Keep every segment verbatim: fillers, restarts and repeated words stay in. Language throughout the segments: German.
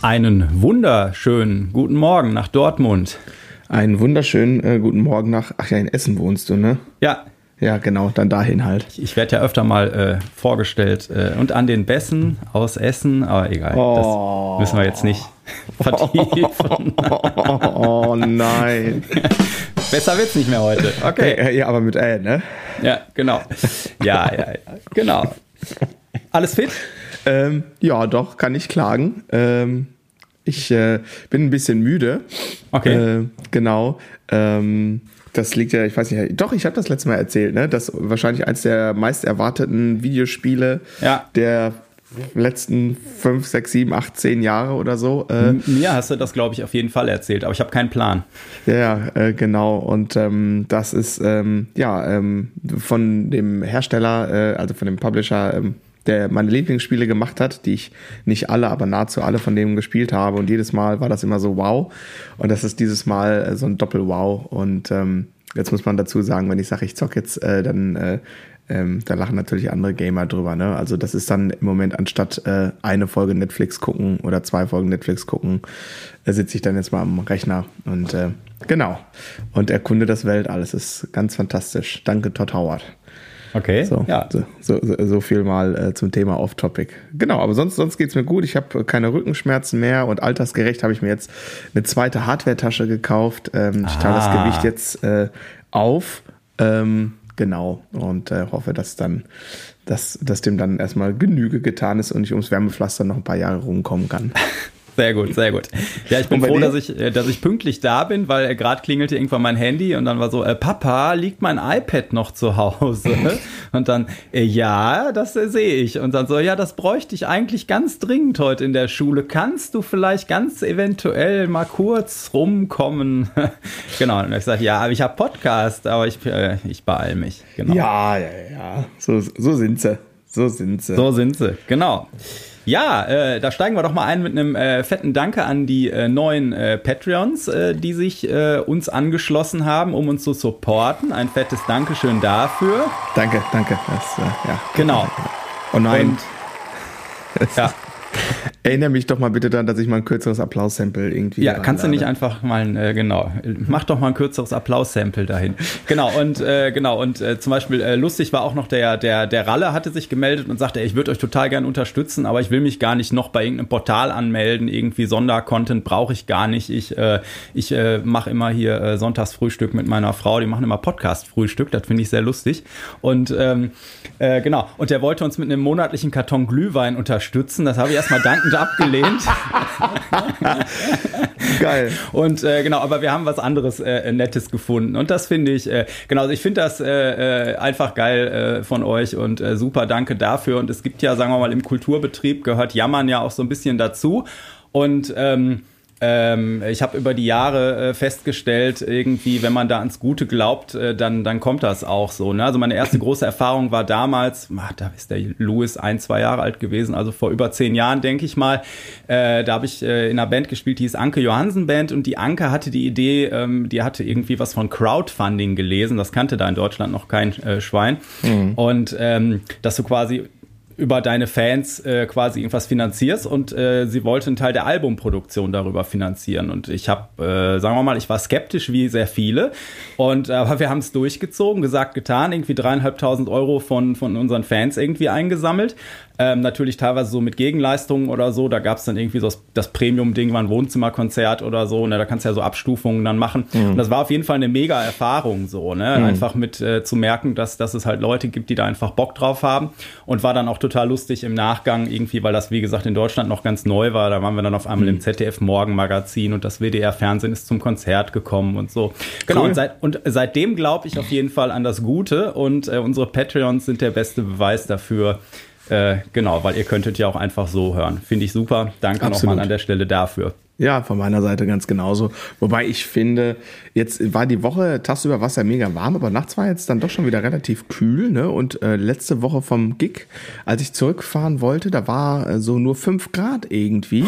Einen wunderschönen guten Morgen nach Dortmund. Einen wunderschönen äh, guten Morgen nach, ach ja, in Essen wohnst du, ne? Ja. Ja, genau, dann dahin halt. Ich, ich werde ja öfter mal äh, vorgestellt äh, und an den Bässen aus Essen, aber egal, oh. Das müssen wir jetzt nicht vertiefen. Oh, oh nein. Besser wird's nicht mehr heute. Okay. Ja, aber mit Ä, ne? Ja, genau. Ja, ja, ja, genau. Alles fit? Ähm, ja, doch, kann ich klagen. Ähm, ich äh, bin ein bisschen müde. Okay. Äh, genau. Ähm, das liegt ja, ich weiß nicht, doch, ich habe das letzte Mal erzählt, ne? Das wahrscheinlich eins der meist erwarteten Videospiele ja. der letzten fünf, sechs, sieben, acht, zehn Jahre oder so. Äh, Mir hast du das, glaube ich, auf jeden Fall erzählt, aber ich habe keinen Plan. Ja, äh, genau. Und ähm, das ist ähm, ja ähm, von dem Hersteller, äh, also von dem Publisher, ähm, der meine Lieblingsspiele gemacht hat, die ich nicht alle, aber nahezu alle von denen gespielt habe. Und jedes Mal war das immer so wow. Und das ist dieses Mal äh, so ein Doppel-Wow. Und ähm, jetzt muss man dazu sagen, wenn ich sage, ich zocke jetzt, äh, dann äh, ähm, da lachen natürlich andere Gamer drüber. Ne? Also das ist dann im Moment anstatt äh, eine Folge Netflix gucken oder zwei Folgen Netflix gucken, äh, sitze ich dann jetzt mal am Rechner und äh, genau. Und erkunde das Weltall. Es ist ganz fantastisch. Danke, Todd Howard. Okay, so, ja. So, so, so viel mal äh, zum Thema Off-Topic. Genau, aber sonst, sonst geht's mir gut. Ich habe keine Rückenschmerzen mehr und altersgerecht habe ich mir jetzt eine zweite Hardware-Tasche gekauft. Ähm, ah. Ich teile das Gewicht jetzt äh, auf. Ähm, genau, und äh, hoffe, dass dann, dass, dass dem dann erstmal Genüge getan ist und ich ums Wärmepflaster noch ein paar Jahre rumkommen kann. Sehr gut, sehr gut. Ja, ich bin froh, dass ich, dass ich pünktlich da bin, weil gerade klingelte irgendwann mein Handy und dann war so, äh, Papa, liegt mein iPad noch zu Hause? Und dann, äh, ja, das äh, sehe ich. Und dann so, ja, das bräuchte ich eigentlich ganz dringend heute in der Schule. Kannst du vielleicht ganz eventuell mal kurz rumkommen? Genau, und ich sage, ja, aber ich habe Podcast, aber ich, äh, ich beeil mich. Genau. Ja, ja, ja, so, so sind sie, so sind sie. So sind sie, genau. Ja, äh, da steigen wir doch mal ein mit einem äh, fetten Danke an die äh, neuen äh, Patreons, äh, die sich äh, uns angeschlossen haben, um uns zu supporten. Ein fettes Dankeschön dafür. Danke, danke. Das, äh, ja. Genau. Oh nein. Und, ja. Erinnere mich doch mal bitte daran, dass ich mal ein kürzeres Applaus-Sample irgendwie Ja, kannst du nicht einfach mal, äh, genau, mach doch mal ein kürzeres Applaus-Sample dahin. Genau, und äh, genau, und äh, zum Beispiel äh, lustig war auch noch der, der, der Ralle hatte sich gemeldet und sagte, ey, ich würde euch total gerne unterstützen, aber ich will mich gar nicht noch bei irgendeinem Portal anmelden, irgendwie Sondercontent brauche ich gar nicht. Ich, äh, ich äh, mache immer hier äh, Sonntagsfrühstück mit meiner Frau, die machen immer Podcast-Frühstück, das finde ich sehr lustig. Und ähm, äh, genau, und der wollte uns mit einem monatlichen Karton Glühwein unterstützen, das habe ich erstmal dankend abgelehnt. Geil. Und äh, genau, aber wir haben was anderes äh, Nettes gefunden. Und das finde ich, äh, genau, also ich finde das äh, einfach geil äh, von euch und äh, super, danke dafür. Und es gibt ja, sagen wir mal, im Kulturbetrieb gehört Jammern ja auch so ein bisschen dazu. Und ähm, Ähm, ich habe über die Jahre äh, festgestellt, irgendwie, wenn man da ans Gute glaubt, äh, dann, dann kommt das auch so. Ne? Also meine erste große Erfahrung war damals, ach, da ist der Louis ein, zwei Jahre alt gewesen, also vor über zehn Jahren, denke ich mal. Äh, da habe ich äh, in einer Band gespielt, die hieß Anke Johansen Band und die Anke hatte die Idee, ähm, die hatte irgendwie was von Crowdfunding gelesen, das kannte da in Deutschland noch kein äh, Schwein. Mhm. Und ähm, dass du quasi über deine Fans äh, quasi irgendwas finanzierst und äh, sie wollte einen Teil der Albumproduktion darüber finanzieren und ich habe, äh, sagen wir mal, ich war skeptisch wie sehr viele und aber wir haben es durchgezogen, gesagt, getan, irgendwie dreieinhalbtausend Euro von, von unseren Fans irgendwie eingesammelt. Ähm, natürlich teilweise so mit Gegenleistungen oder so, da gab es dann irgendwie so das, das Premium-Ding, war ein Wohnzimmerkonzert oder so, ne? Da kannst du ja so Abstufungen dann machen. Mhm. Und das war auf jeden Fall eine mega Erfahrung so, ne? Mhm. Einfach mit äh, zu merken, dass, dass es halt Leute gibt, die da einfach Bock drauf haben und war dann auch total lustig im Nachgang irgendwie, weil das, wie gesagt, in Deutschland noch ganz neu war, da waren wir dann auf einmal mhm. im Z D F-Morgenmagazin und das W D R-Fernsehen ist zum Konzert gekommen und so. Genau, cool. und, seit, und seitdem glaube ich auf jeden Fall an das Gute und äh, unsere Patreons sind der beste Beweis dafür. Äh, genau, weil ihr könntet ja auch einfach so hören. Finde ich super. Danke nochmal an der Stelle dafür. Ja, von meiner Seite ganz genauso. Wobei ich finde, jetzt war die Woche tagsüber war es ja mega warm, aber nachts war jetzt dann doch schon wieder relativ kühl, ne? Und äh, letzte Woche vom Gig, als ich zurückfahren wollte, da war äh, so nur fünf Grad irgendwie.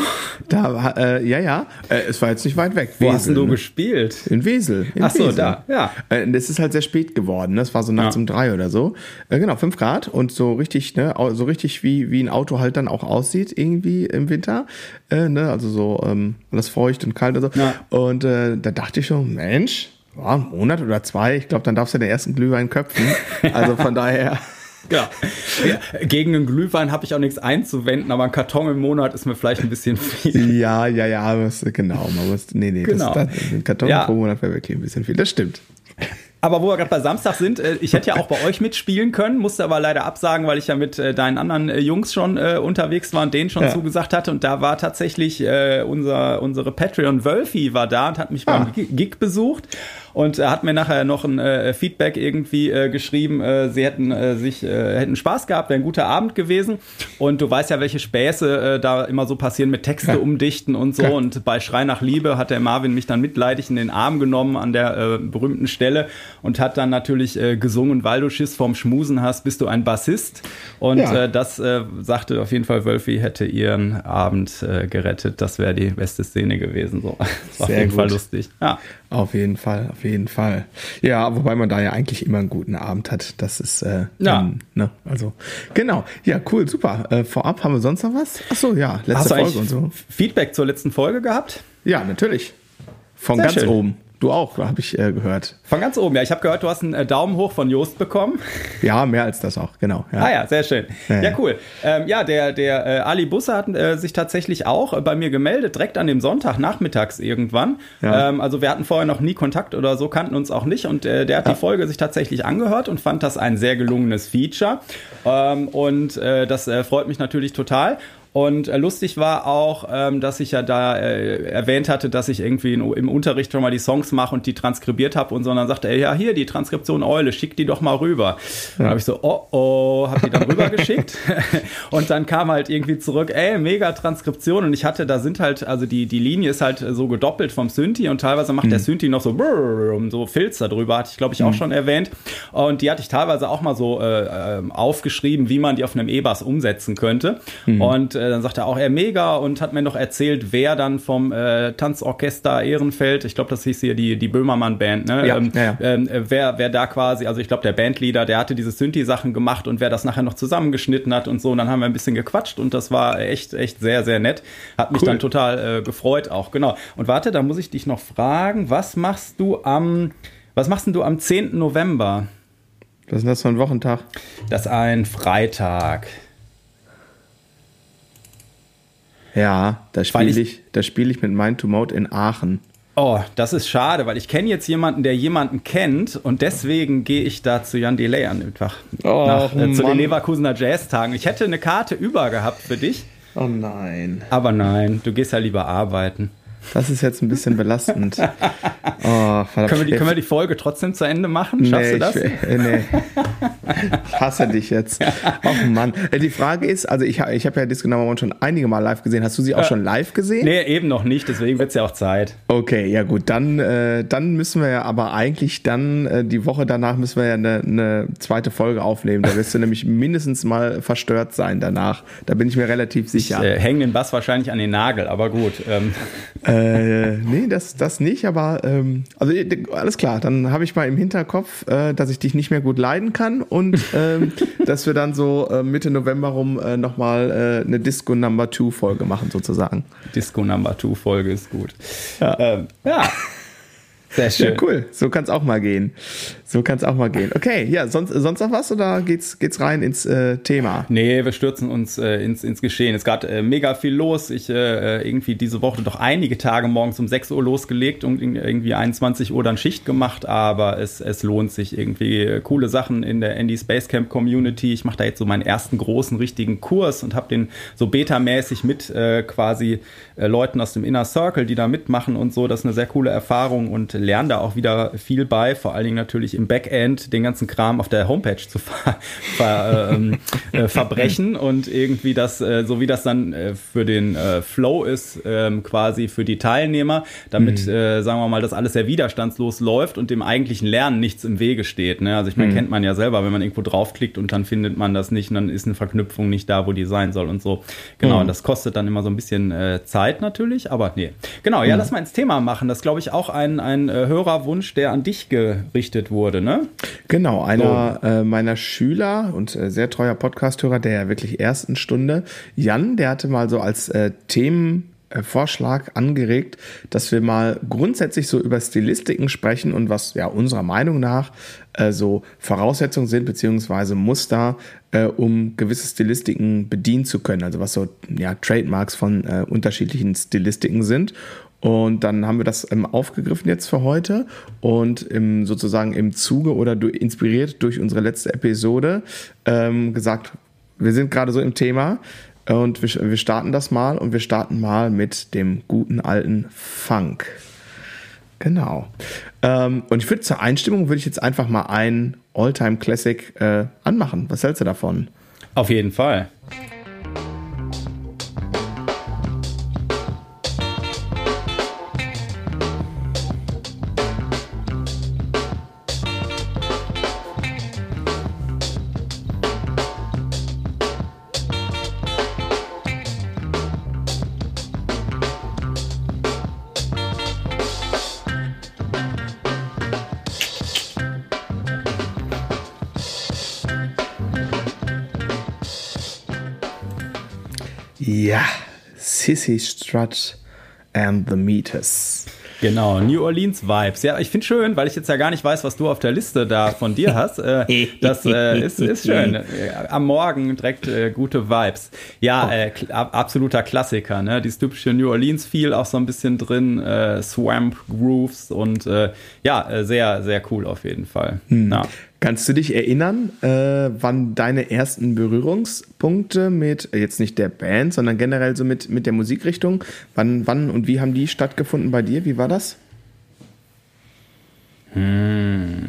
Da äh, ja, ja, äh, es war jetzt nicht weit weg. Wo Wesel, hast denn du ne? gespielt? In Wesel. In Ach so, Wesel. da, ja. Äh, es ist halt sehr spät geworden, ne? Es war so nachts Ja. um drei oder so. Äh, genau, fünf Grad und so richtig, ne, au- so richtig wie, wie ein Auto halt dann auch aussieht irgendwie im Winter. Äh, ne? Also so ähm, alles feucht und kalt und so. Ja. Und äh, da dachte ich schon, Mensch, ja, ein Monat oder zwei, ich glaube, dann darfst du den ersten Glühwein köpfen. Also von daher. Ja. Ja, gegen einen Glühwein habe ich auch nichts einzuwenden, aber ein Karton im Monat ist mir vielleicht ein bisschen viel. Ja, ja, ja, was, genau. Man muss, nee, nee, Genau. das, das, ein Karton Ja. pro Monat wäre wirklich ein bisschen viel. Das stimmt. Aber wo wir gerade bei Samstag sind, äh, ich hätte ja auch bei euch mitspielen können, musste aber leider absagen, weil ich ja mit äh, deinen anderen äh, Jungs schon äh, unterwegs war und denen schon Ja. zugesagt hatte. Und da war tatsächlich äh, unser, unsere Patreon Wölfi war da und hat mich Ah. beim G- Gig besucht. Und er hat mir nachher noch ein äh, Feedback irgendwie äh, geschrieben, äh, sie hätten äh, sich äh, hätten Spaß gehabt, wäre ein guter Abend gewesen. Und du weißt ja, welche Späße äh, da immer so passieren mit Texte Ja. umdichten und so. Ja. Und bei Schrei nach Liebe hat der Marvin mich dann mitleidig in den Arm genommen an der äh, berühmten Stelle und hat dann natürlich äh, gesungen, weil du Schiss vorm Schmusen hast, bist du ein Bassist. Und Ja. äh, das äh, sagte auf jeden Fall, Wölfi hätte ihren Abend äh, gerettet. Das wäre die beste Szene gewesen. So. Das war Sehr auf jeden gut. Fall lustig. Ja. Auf jeden Fall, auf jeden Fall. Ja, wobei man da ja eigentlich immer einen guten Abend hat. Das ist, äh, Ja. dann, ne, also, genau. Ja, cool, super. Äh, vorab haben wir sonst noch was? Ach so, ja, letzte Hast du Folge eigentlich und so. Feedback zur letzten Folge gehabt? Ja, natürlich. Von Sehr ganz schön. oben. Du auch, habe ich äh, gehört. Von ganz oben, ja. Ich habe gehört, du hast einen äh, Daumen hoch von Jost bekommen. Ja, mehr als das auch, genau. Ja. Ah ja, sehr schön. Ja, Ja, ja. cool. Ähm, ja, der, der äh, Ali Busse hat äh, sich tatsächlich auch äh, bei mir gemeldet, direkt an dem Sonntag nachmittags irgendwann. Ja. Ähm, also wir hatten vorher noch nie Kontakt oder so, kannten uns auch nicht. Und äh, der hat Ja. die Folge sich tatsächlich angehört und fand das ein sehr gelungenes Feature. Ähm, und äh, das äh, freut mich natürlich total. Und äh, lustig war auch, ähm, dass ich ja da äh, erwähnt hatte, dass ich irgendwie in, im Unterricht schon mal die Songs mache und die transkribiert habe und so. Und dann sagte er, ja, hier, die Transkription Eule, schick die doch mal rüber. Dann habe ich so, oh, oh, hab die dann rübergeschickt. Und dann kam halt irgendwie zurück, ey, mega Transkription. Und ich hatte, da sind halt, also die, die Linie ist halt so gedoppelt vom Synthi und teilweise macht der Synthi noch so brrr, so Filzer drüber, hatte ich glaube ich auch schon erwähnt. Und die hatte ich teilweise auch mal so äh, äh, aufgeschrieben, wie man die auf einem E-Bass umsetzen könnte. Und äh, dann sagte er auch, er mega und hat mir noch erzählt, wer dann vom äh, Tanzorchester Ehrenfeld, ich glaube, das hieß hier die, die Böhmermann-Band, ne? Ja, ähm, ja, ja. Ähm, wer, wer da quasi, also ich glaube, der Bandleader, der hatte diese Synthi-Sachen gemacht und wer das nachher noch zusammengeschnitten hat und so. Und dann haben wir ein bisschen gequatscht und das war echt, echt sehr, sehr nett. Hat mich Cool. dann total äh, gefreut auch, genau. Und warte, da muss ich dich noch fragen, was machst du am, was machst denn du am zehnten November? Was ist denn das für ein Wochentag? Das ist ein Freitag. Ja, da Weil spiele ich- ich, da spiele ich mit Mind to Mode in Aachen. Oh, das ist schade, weil ich kenne jetzt jemanden, der jemanden kennt und deswegen gehe ich da zu Jan Delay an dem Tag. Oh, nach, äh, zu den Mann. Leverkusener Jazztagen. Ich hätte eine Karte über gehabt für dich, Oh nein. aber nein, du gehst ja lieber arbeiten. Das ist jetzt ein bisschen belastend. Oh, verdammt. Können wir, die, können wir die Folge trotzdem zu Ende machen? Schaffst nee, du das? Ich, äh, nee. Ich hasse dich jetzt. Oh Mann. Äh, Die Frage ist, also ich, ich habe ja Disco Number One schon einige Mal live gesehen. Hast du sie auch Ja. schon live gesehen? Nee, eben noch nicht, deswegen wird es ja auch Zeit. Okay, ja gut, dann, äh, dann müssen wir ja aber eigentlich dann, äh, die Woche danach müssen wir ja eine, eine zweite Folge aufnehmen. Da wirst du nämlich mindestens mal verstört sein danach. Da bin ich mir relativ sicher. Ich äh, hänge den Bass wahrscheinlich an den Nagel, aber gut. Ähm, Äh, nee, das, das nicht, aber ähm, also äh, alles klar, dann habe ich mal im Hinterkopf, äh, dass ich dich nicht mehr gut leiden kann und ähm, dass wir dann so äh, Mitte November rum äh, nochmal äh, eine Disco Number Two Folge machen sozusagen. Disco Number Two Folge ist gut. Ja. Ähm, ja. Sehr schön. Ja, cool, so kann es auch mal gehen. So kann es auch mal gehen. Okay, ja, sonst, sonst noch was oder geht's, geht's rein ins äh, Thema? Nee, wir stürzen uns äh, ins, ins Geschehen. Es ist gerade äh, mega viel los. Ich äh, irgendwie diese Woche doch einige Tage morgens um sechs Uhr losgelegt und irgendwie einundzwanzig Uhr dann Schicht gemacht, aber es, es lohnt sich irgendwie. Äh, coole Sachen in der Andy Space Camp Community. Ich mache da jetzt so meinen ersten großen richtigen Kurs und habe den so betamäßig mit äh, quasi äh, Leuten aus dem Inner Circle, die da mitmachen und so. Das ist eine sehr coole Erfahrung und lerne da auch wieder viel bei, vor allen Dingen natürlich im Backend den ganzen Kram auf der Homepage zu ver, ver, ähm, äh, verbrechen und irgendwie das, äh, so wie das dann äh, für den äh, Flow ist, ähm, quasi für die Teilnehmer, damit, mhm. äh, sagen wir mal, das alles sehr widerstandslos läuft und dem eigentlichen Lernen nichts im Wege steht. Ne? Also ich meine, mhm. kennt man ja selber, wenn man irgendwo draufklickt und dann findet man das nicht und dann ist eine Verknüpfung nicht da, wo die sein soll und so. Genau, mhm. das kostet dann immer so ein bisschen äh, Zeit natürlich, aber nee. Genau, ja, mhm. lass mal ins Thema machen. Das ist, glaube ich, auch ein, ein äh, Hörerwunsch, der an dich gerichtet wurde, ne? Genau, einer so. äh, meiner Schüler und äh, sehr treuer Podcast-Hörer der wirklich ersten Stunde, Jan, der hatte mal so als äh, Themen Vorschlag angeregt, dass wir mal grundsätzlich so über Stilistiken sprechen und was ja unserer Meinung nach äh, so Voraussetzungen sind, beziehungsweise Muster, äh, um gewisse Stilistiken bedienen zu können. Also was so ja Trademarks von äh, unterschiedlichen Stilistiken sind. Und dann haben wir das ähm, aufgegriffen jetzt für heute und im, sozusagen im Zuge oder du, inspiriert durch unsere letzte Episode ähm, gesagt, wir sind gerade so im Thema. Und wir, wir starten das mal und wir starten mal mit dem guten alten Funk. Genau. Ähm, und ich würde zur Einstimmung würde ich jetzt einfach mal ein All-Time-Classic äh, anmachen. Was hältst du davon? Auf jeden Fall. Ja, Sissy Strut and the Meters. Genau, New Orleans Vibes. Ja, ich finde schön, weil ich jetzt ja gar nicht weiß, was du auf der Liste da von dir hast. Äh, das äh, ist, ist schön. Am Morgen direkt äh, gute Vibes. Ja, äh, absoluter Klassiker. Ne? Dieses typische New Orleans Feel auch so ein bisschen drin. Äh, Swamp Grooves und äh, ja, sehr, sehr cool auf jeden Fall. Hm. Ja. Kannst du dich erinnern, äh, wann deine ersten Berührungspunkte mit, jetzt nicht der Band, sondern generell so mit, mit der Musikrichtung, wann, wann und wie haben die stattgefunden bei dir? Wie war das? Hm.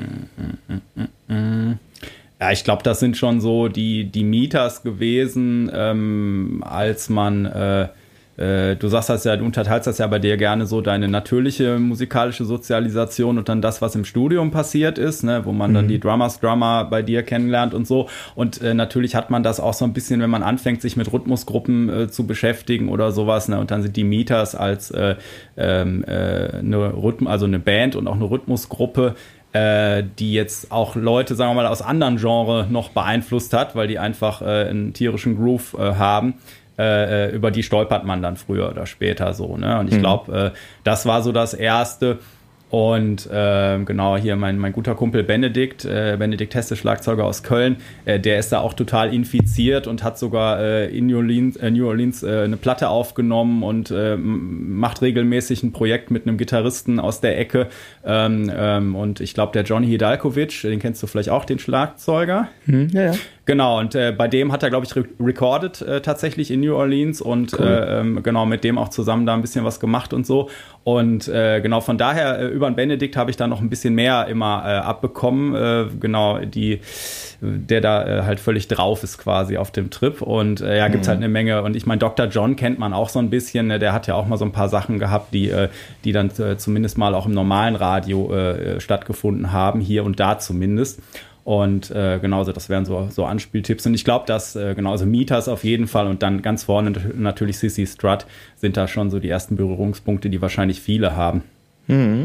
Ja, ich glaube, das sind schon so die, die Meters gewesen, ähm, als man... Äh, Du sagst das ja, du unterteilst das ja bei dir gerne so, deine natürliche musikalische Sozialisation und dann das, was im Studium passiert ist, ne, wo man mhm. dann die Drummers Drummer bei dir kennenlernt und so. Und äh, natürlich hat man das auch so ein bisschen, wenn man anfängt, sich mit Rhythmusgruppen äh, zu beschäftigen oder sowas, ne, und dann sind die Meters als äh, ähm, äh, eine Rhythm, also eine Band und auch eine Rhythmusgruppe, äh, die jetzt auch Leute, sagen wir mal, aus anderen Genres noch beeinflusst hat, weil die einfach äh, einen tierischen Groove äh, haben. Äh, über die stolpert man dann früher oder später so, ne? Und ich glaube, äh, das war so das Erste. Und äh, genau, hier mein, mein guter Kumpel Benedikt, äh, Benedikt Hesse, Schlagzeuger aus Köln, äh, der ist da auch total infiziert und hat sogar äh, in New Orleans, äh, New Orleans äh, eine Platte aufgenommen und äh, macht regelmäßig ein Projekt mit einem Gitarristen aus der Ecke. Ähm, ähm, und ich glaube, der Johnny Hidalkovic, den kennst du vielleicht auch, den Schlagzeuger. Hm, ja, ja. Genau, und äh, bei dem hat er, glaube ich, re- recorded äh, tatsächlich in New Orleans und cool. äh, ähm, genau mit dem auch zusammen da ein bisschen was gemacht und so. Und äh, genau von daher, äh, über den Benedikt habe ich da noch ein bisschen mehr immer äh, abbekommen, äh, genau, die, der da äh, halt völlig drauf ist quasi auf dem Trip. Und äh, ja, gibt's mhm. halt eine Menge. Und ich meine, Doktor John kennt man auch so ein bisschen, ne? Der hat ja auch mal so ein paar Sachen gehabt, die, äh, die dann äh, zumindest mal auch im normalen Radio äh, stattgefunden haben, hier und da zumindest. Und äh, genauso, das wären so, so Anspieltipps. Und ich glaube, dass äh, genauso Meters auf jeden Fall und dann ganz vorne natürlich Sissy Strut sind da schon so die ersten Berührungspunkte, die wahrscheinlich viele haben. Mhm.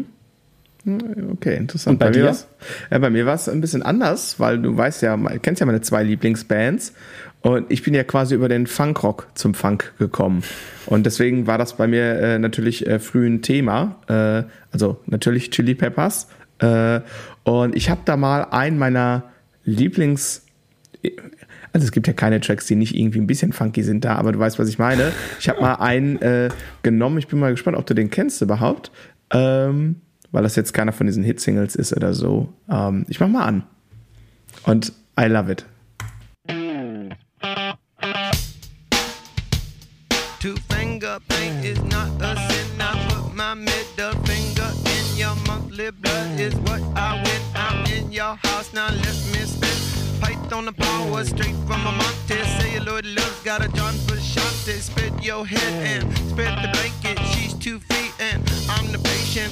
Okay, interessant. Und bei, bei dir? Mir äh, bei mir war es ein bisschen anders, weil du weißt ja, kennst ja meine zwei Lieblingsbands. Und ich bin ja quasi über den Funkrock zum Funk gekommen. Und deswegen war das bei mir äh, natürlich äh, früh ein Thema. Äh, also natürlich Chili Peppers. Äh, und ich habe da mal einen meiner Lieblings... Also es gibt ja keine Tracks, die nicht irgendwie ein bisschen funky sind da, aber du weißt, was ich meine. Ich habe mal einen äh, genommen. Ich bin mal gespannt, ob du den kennst überhaupt. Ähm, weil das jetzt keiner von diesen Hit-Singles ist oder so. Ähm, ich mach mal an. Und I love it. Two-finger paint is not a sin. I put my middle finger in your monthly solid blood is what I win. I'm in your house now, let me spit. Python the power straight from a Monte. Celluloid love's got a John Frusciante. Spread your head and spread the blanket. She's two feet and I'm the patient.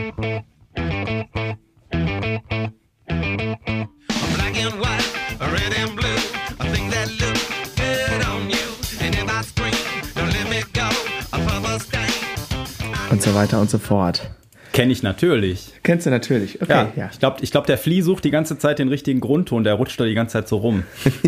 Black and white, red and blue. A thing that look good on you. And if I scream, don't let me go. A purple stain. Und so weiter und so fort. Kenne ich natürlich. Kennst du natürlich, okay. Ja, ja. Ich glaube, ich glaub, der Flea sucht die ganze Zeit den richtigen Grundton, der rutscht da die ganze Zeit so rum.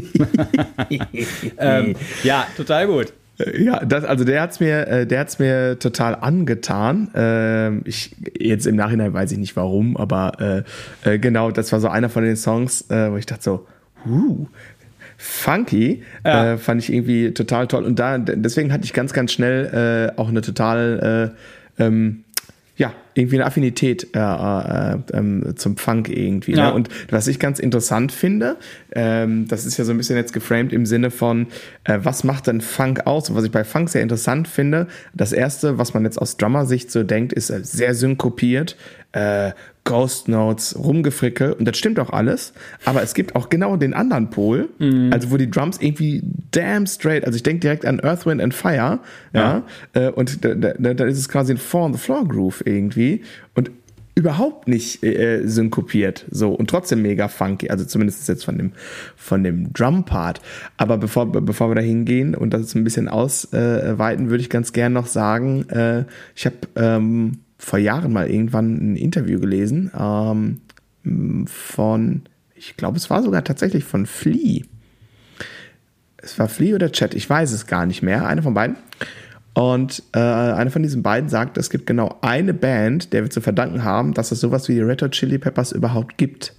ähm, ja, total gut. Ja, das, also der hat's mir, der hat's mir total angetan. Ähm, ich jetzt im Nachhinein weiß ich nicht warum, aber äh, äh, genau, das war so einer von den Songs, äh, wo ich dachte so, uh, funky, ja. äh, fand ich irgendwie total toll. Und da deswegen hatte ich ganz, ganz schnell äh, auch eine total äh, ähm, ja, irgendwie eine Affinität äh, äh, äh, zum Funk irgendwie. Ja. Ne? Und was ich ganz interessant finde, ähm, das ist ja so ein bisschen jetzt geframed im Sinne von, äh, was macht denn Funk aus? Und was ich bei Funk sehr interessant finde, das Erste, was man jetzt aus Drummer-Sicht so denkt, ist äh, sehr synkopiert, äh, Ghost Notes, Rumgefrickel, und das stimmt auch alles, aber es gibt auch genau den anderen Pol, mhm. also wo die Drums irgendwie damn straight, also ich denke direkt an Earth, Wind and Fire, ja, ja und da, da, da ist es quasi ein Four-on-the-Floor-Groove irgendwie und überhaupt nicht äh, synkopiert, so, und trotzdem mega funky, also zumindest jetzt von dem, von dem Drum-Part. Aber bevor, bevor wir da hingehen und das ein bisschen ausweiten, äh, würde ich ganz gern noch sagen, äh, ich habe ähm, vor Jahren mal irgendwann ein Interview gelesen ähm, von, ich glaube, es war sogar tatsächlich von Flea. Es war Flea oder Chet, ich weiß es gar nicht mehr, einer von beiden. Und äh, einer von diesen beiden sagt, es gibt genau eine Band, der wir zu verdanken haben, dass es sowas wie die Red Hot Chili Peppers überhaupt gibt.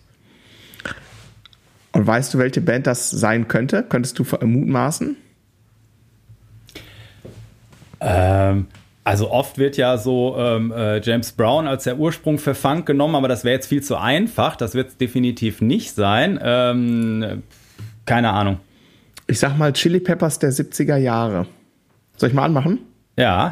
Und weißt du, welche Band das sein könnte? Könntest du mutmaßen? Ähm... Also oft wird ja so ähm, äh, James Brown als der Ursprung für Funk genommen, aber das wäre jetzt viel zu einfach. Das wird es definitiv nicht sein. Ähm, keine Ahnung. Ich sag mal Chili Peppers der siebziger Jahre. Soll ich mal anmachen? Ja.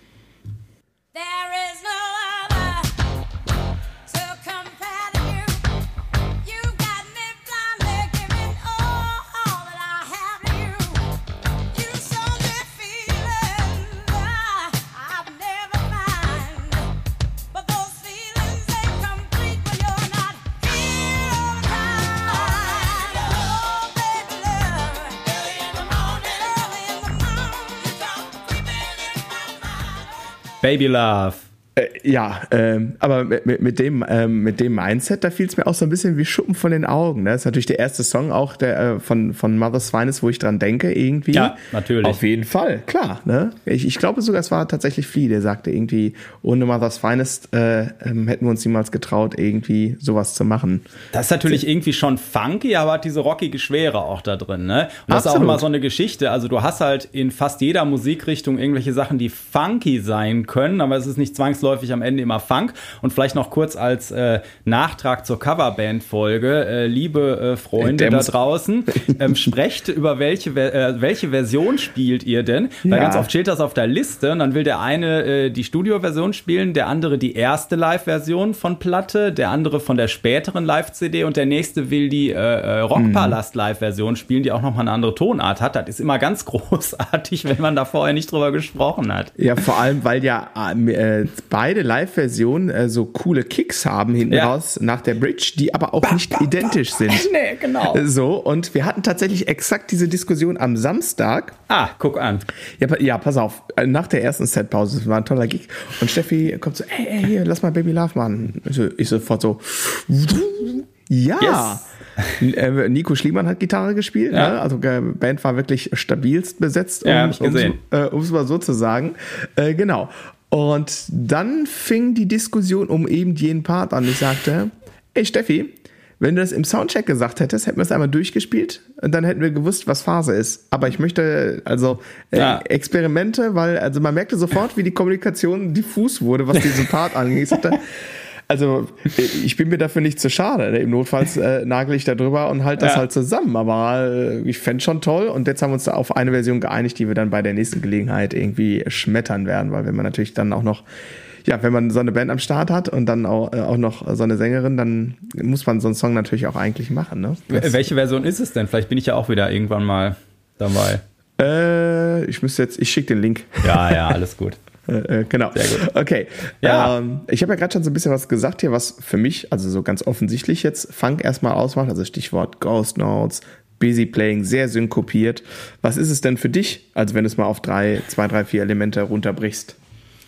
Baby Love. Äh, ja, ähm, aber mit, mit, dem, ähm, mit dem Mindset, da fiel es mir auch so ein bisschen wie Schuppen von den Augen. Ne? Das ist natürlich der erste Song auch der, äh, von, von Mother's Finest, wo ich dran denke irgendwie. Ja, natürlich. Auf jeden Fall, klar. Ne? Ich, ich glaube sogar, es war tatsächlich Flea, der sagte irgendwie, ohne Mother's Finest äh, ähm, hätten wir uns niemals getraut, irgendwie sowas zu machen. Das ist natürlich irgendwie schon funky, aber hat diese rockige Schwere auch da drin. Ne? Und das Absolut. Ist auch immer so eine Geschichte. Also du hast halt in fast jeder Musikrichtung irgendwelche Sachen, die funky sein können, aber es ist nicht zwangsläufig am Ende immer Funk. Und vielleicht noch kurz als äh, Nachtrag zur Coverband-Folge. Äh, liebe äh, Freunde da draußen, ähm, sprecht über welche, äh, welche Version spielt ihr denn? Weil ja. ganz oft steht das auf der Liste und dann will der eine äh, die Studioversion spielen, der andere die erste Live-Version von Platte, der andere von der späteren Live-C D und der nächste will die äh, Rockpalast-Live-Version spielen, die auch nochmal eine andere Tonart hat. Das ist immer ganz großartig, wenn man da vorher nicht drüber gesprochen hat. Ja, vor allem, weil ja äh, beide Live-Versionen äh, so coole Kicks haben hinten ja. raus nach der Bridge, die aber auch ba, nicht ba, identisch ba. sind. Nee, genau. So, und wir hatten tatsächlich exakt diese Diskussion am Samstag. Ah, guck an. Ja, ja, pass auf, nach der ersten Setpause, das war ein toller Gig, und Steffi kommt so, ey, ey, hier, lass mal Baby Love machen. Ich, so, ich sofort so, ja. Yes. Nico Schliemann hat Gitarre gespielt, ja. ne? Also die Band war wirklich stabilst besetzt, um ja, es äh, mal so zu sagen. Äh, genau. Und dann fing die Diskussion um eben jenen Part an. Ich sagte, ey Steffi, wenn du das im Soundcheck gesagt hättest, hätten wir es einmal durchgespielt und dann hätten wir gewusst, was Phase ist. Aber ich möchte also äh, ja. Experimente, weil also man merkte sofort, wie die Kommunikation diffus wurde, was diesen Part angeht. Ich sagte, also ich bin mir dafür nicht zu schade. Im Notfall äh, nagel ich da drüber und halte das ja. halt zusammen. Aber äh, ich fände schon toll. Und jetzt haben wir uns da auf eine Version geeinigt, die wir dann bei der nächsten Gelegenheit irgendwie schmettern werden. Weil wenn man natürlich dann auch noch ja, wenn man so eine Band am Start hat und dann auch, äh, auch noch so eine Sängerin, dann muss man so einen Song natürlich auch eigentlich machen. Ne? Das Welche Version ist es denn? Vielleicht bin ich ja auch wieder irgendwann mal dabei. Äh, ich müsste jetzt, ich schicke den Link. Ja, ja, alles gut. Äh, genau. Sehr gut. Okay. Ja. Ähm, ich habe ja gerade schon so ein bisschen was gesagt hier, was für mich, also so ganz offensichtlich jetzt Funk erstmal ausmacht, also Stichwort Ghost Notes, Busy Playing, sehr synkopiert. Was ist es denn für dich, also wenn du es mal auf drei, zwei, drei, vier Elemente runterbrichst?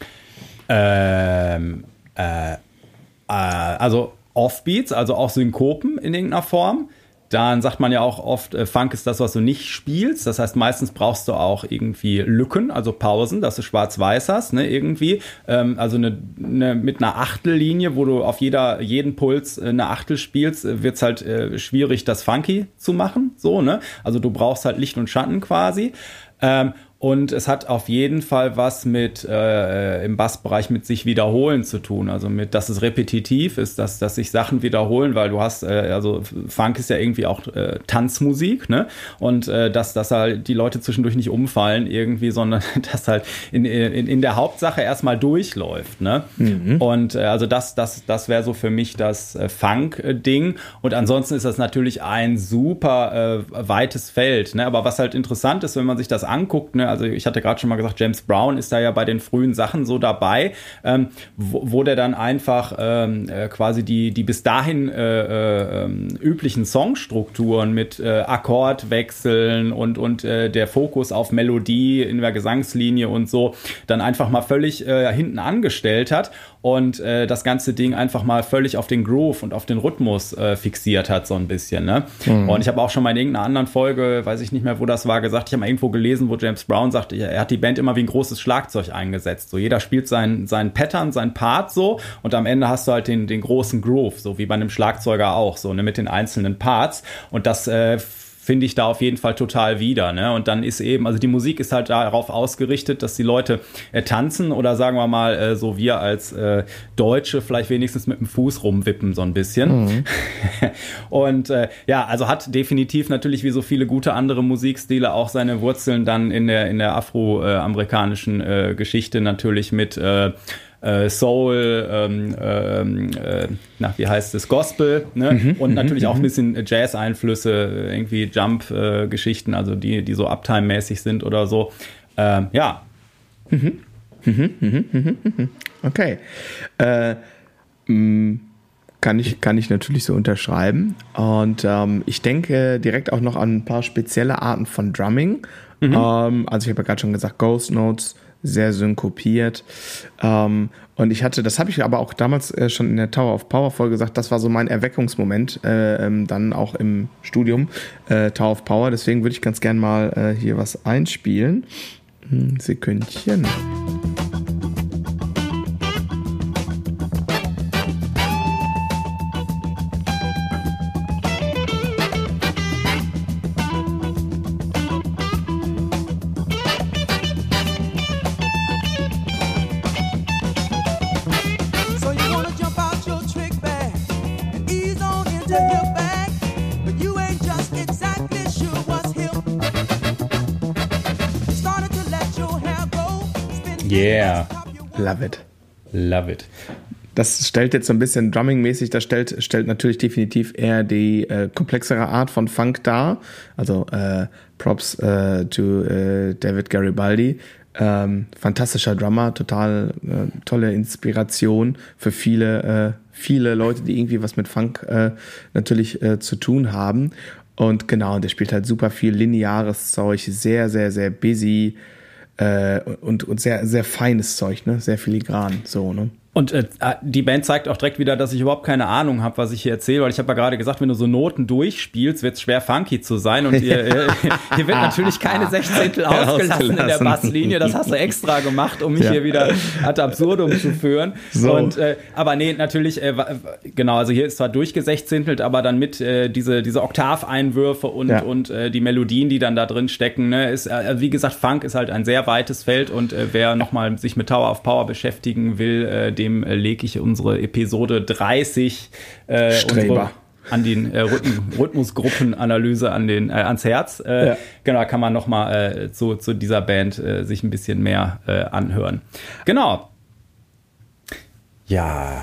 Ähm, äh, äh, also Offbeats, also auch Synkopen in irgendeiner Form. Dann sagt man ja auch oft, äh, Funk ist das, was du nicht spielst. Das heißt, meistens brauchst du auch irgendwie Lücken, also Pausen, dass du schwarz-weiß hast, ne, irgendwie. Ähm, also eine, eine, mit einer Achtellinie, wo du auf jeder, jeden Puls äh, eine Achtel spielst, äh, wird's halt äh, schwierig, das funky zu machen, so, ne. Also du brauchst halt Licht und Schatten quasi. Ähm, Und es hat auf jeden Fall was mit äh, im Bassbereich mit sich wiederholen zu tun. Also mit, dass es repetitiv ist, dass, dass sich Sachen wiederholen, weil du hast, äh, also Funk ist ja irgendwie auch äh, Tanzmusik, ne? Und äh, dass, dass halt die Leute zwischendurch nicht umfallen irgendwie, sondern dass halt in, in, in der Hauptsache erstmal durchläuft, ne? Mhm. Und äh, also das, das, das wäre so für mich das äh, Funk-Ding. Und ansonsten ist das natürlich ein super äh, weites Feld, ne? Aber was halt interessant ist, wenn man sich das anguckt, ne? Also ich hatte gerade schon mal gesagt, James Brown ist da ja bei den frühen Sachen so dabei, ähm, wo, wo der dann einfach ähm, äh, quasi die, die bis dahin äh, äh, üblichen Songstrukturen mit äh, Akkordwechseln und, und äh, der Fokus auf Melodie in der Gesangslinie und so dann einfach mal völlig äh, hinten angestellt hat und äh, das ganze Ding einfach mal völlig auf den Groove und auf den Rhythmus äh, fixiert hat, so ein bisschen. Ne? Mhm. Und ich habe auch schon mal in irgendeiner anderen Folge, weiß ich nicht mehr, wo das war, gesagt, ich habe mal irgendwo gelesen, wo James Brown sagt, er hat die Band immer wie ein großes Schlagzeug eingesetzt. So jeder spielt seinen, seinen Pattern, seinen Part so und am Ende hast du halt den, den großen Groove, so wie bei einem Schlagzeuger auch, so ne, mit den einzelnen Parts. Und das äh, finde ich da auf jeden Fall total wieder, ne? Und dann ist eben, also die Musik ist halt darauf ausgerichtet, dass die Leute äh, tanzen oder sagen wir mal, äh, so wir als äh, Deutsche vielleicht wenigstens mit dem Fuß rumwippen so ein bisschen. Mhm. Und äh, ja, also hat definitiv natürlich wie so viele gute andere Musikstile auch seine Wurzeln dann in der in der afroamerikanischen äh, Geschichte natürlich mit äh, Soul, ähm, ähm, äh, na, wie heißt es, Gospel, ne? Mhm, und natürlich m- auch ein bisschen Jazz-Einflüsse, irgendwie Jump-Geschichten, äh, also die, die so Uptime-mäßig sind oder so. Ähm, ja. Mhm. Mhm, mhm, mhm, mhm. Okay. Äh, mh, kann ich, kann ich natürlich so unterschreiben. Und ähm, ich denke direkt auch noch an ein paar spezielle Arten von Drumming. Mhm. Ähm, also ich habe ja gerade schon gesagt, Ghost Notes, sehr synkopiert. Ähm, und ich hatte, das habe ich aber auch damals äh, schon in der Tower of Power Folge gesagt, das war so mein Erweckungsmoment, äh, ähm, dann auch im Studium, äh, Tower of Power. Deswegen würde ich ganz gern mal äh, hier was einspielen. Hm, Sekündchen. Yeah. Love it. Love it. Das stellt jetzt so ein bisschen Drumming-mäßig, das stellt, stellt natürlich definitiv eher die äh, komplexere Art von Funk dar. Also äh, Props äh, to äh, David Garibaldi. Ähm, fantastischer Drummer, total äh, tolle Inspiration für viele, äh, viele Leute, die irgendwie was mit Funk äh, natürlich äh, zu tun haben. Und genau, der spielt halt super viel lineares Zeug, sehr, sehr, sehr busy äh, und, und sehr, sehr feines Zeug, ne? Sehr filigran, so, ne? Und äh, die Band zeigt auch direkt wieder, dass ich überhaupt keine Ahnung habe, was ich hier erzähle, weil ich habe ja gerade gesagt, wenn du so Noten durchspielst, wird es schwer funky zu sein und hier, äh, hier wird natürlich keine Sechzehntel ausgelassen in der Basslinie, das hast du extra gemacht, um mich ja. hier wieder ad absurdum zu führen. So. Und, äh, aber nee, natürlich, äh, genau, also hier ist zwar durchgesechzehntelt, aber dann mit äh, diese, diese Oktaveinwürfe und, ja. und äh, die Melodien, die dann da drin stecken, ne, ist, äh, wie gesagt, Funk ist halt ein sehr weites Feld und äh, wer nochmal sich mit Tower of Power beschäftigen will, äh, dem lege ich unsere Episode dreißig äh, unsere, an den äh, Rhythm- Rhythmusgruppenanalyse an den, äh, ans Herz. Äh, ja. Genau, da kann man nochmal äh, zu, zu dieser Band äh, sich ein bisschen mehr äh, anhören. Genau. Ja.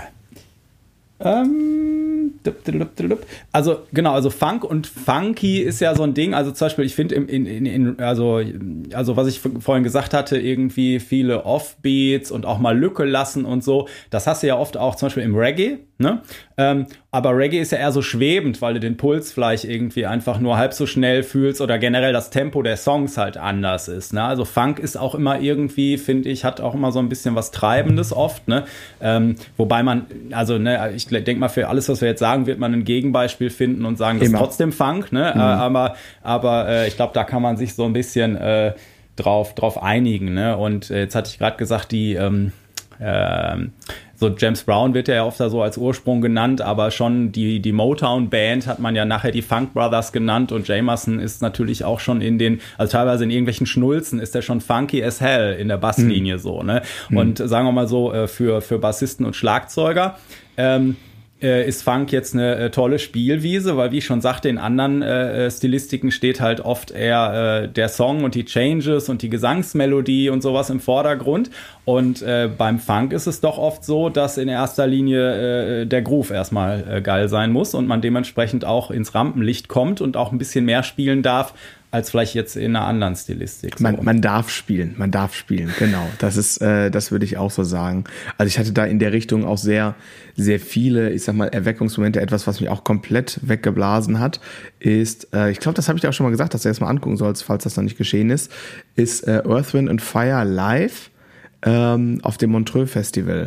Ähm, also genau, also Funk und Funky ist ja so ein Ding. Also zum Beispiel, ich finde, in, in, in, also, also was ich vorhin gesagt hatte, irgendwie viele Offbeats und auch mal Lücke lassen und so. Das hast du ja oft auch zum Beispiel im Reggae, ne? Ähm, aber Reggae ist ja eher so schwebend, weil du den Puls vielleicht irgendwie einfach nur halb so schnell fühlst oder generell das Tempo der Songs halt anders ist, ne? Also Funk ist auch immer irgendwie, finde ich, hat auch immer so ein bisschen was Treibendes oft, ne? Ähm, wobei man, also ne, ich denke mal, für alles, was wir jetzt sagen, wird man ein Gegenbeispiel finden und sagen, das Immer. ist trotzdem Funk, ne? Mhm. Äh, aber aber äh, ich glaube, da kann man sich so ein bisschen äh, drauf, drauf einigen, ne? Und äh, jetzt hatte ich gerade gesagt, die ähm, ähm, so James Brown wird ja oft da so als Ursprung genannt, aber schon die, die Motown-Band hat man ja nachher die Funk Brothers genannt und Jamerson ist natürlich auch schon in den, also teilweise in irgendwelchen Schnulzen ist der schon funky as hell in der Basslinie, mhm. so, ne? Und mhm. sagen wir mal so, für, für Bassisten und Schlagzeuger, ähm, ist Funk jetzt eine äh, tolle Spielwiese, weil wie ich schon sagte, in anderen äh, Stilistiken steht halt oft eher äh, der Song und die Changes und die Gesangsmelodie und sowas im Vordergrund. Und äh, beim Funk ist es doch oft so, dass in erster Linie äh, der Groove erstmal äh, geil sein muss und man dementsprechend auch ins Rampenlicht kommt und auch ein bisschen mehr spielen darf, als vielleicht jetzt in einer anderen Stilistik. So. Man, man darf spielen, man darf spielen, genau. Das ist, äh, das würde ich auch so sagen. Also ich hatte da in der Richtung auch sehr, sehr viele, ich sag mal, Erweckungsmomente. Etwas, was mich auch komplett weggeblasen hat, ist, äh, ich glaube, das habe ich dir auch schon mal gesagt, dass du erst mal angucken sollst, falls das noch nicht geschehen ist, ist äh, Earth, Wind and Fire live ähm, auf dem Montreux Festival.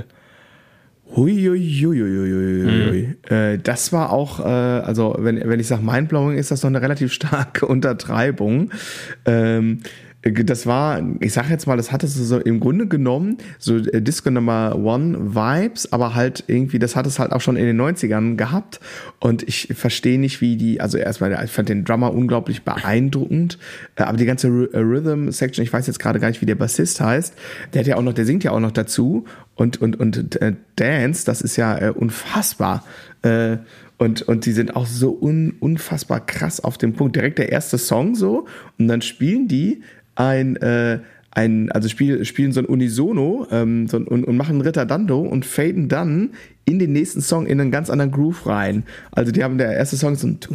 Huiuiuiuiui. Mhm. Äh, das war auch, äh, also wenn, wenn ich sage Mindblowing, ist das noch eine relativ starke Untertreibung. Ähm, das war, ich sag jetzt mal, das hatte so im Grunde genommen so Disco Number One Vibes, aber halt irgendwie, das hat es halt auch schon in den neunzigern gehabt und ich verstehe nicht, wie die, also erstmal, ich fand den Drummer unglaublich beeindruckend, aber die ganze Rhythm Section, ich weiß jetzt gerade gar nicht, wie der Bassist heißt, der hat ja auch noch, der singt ja auch noch dazu und, und, und äh, Dance, das ist ja äh, unfassbar, äh, Und, und die sind auch so un, unfassbar krass auf dem Punkt. Direkt der erste Song so und dann spielen die ein, äh, ein also spiel, spielen so ein Unisono ähm, so ein, und, und machen ein Ritardando und faden dann in den nächsten Song in einen ganz anderen Groove rein. Also die haben, der erste Song ist so ein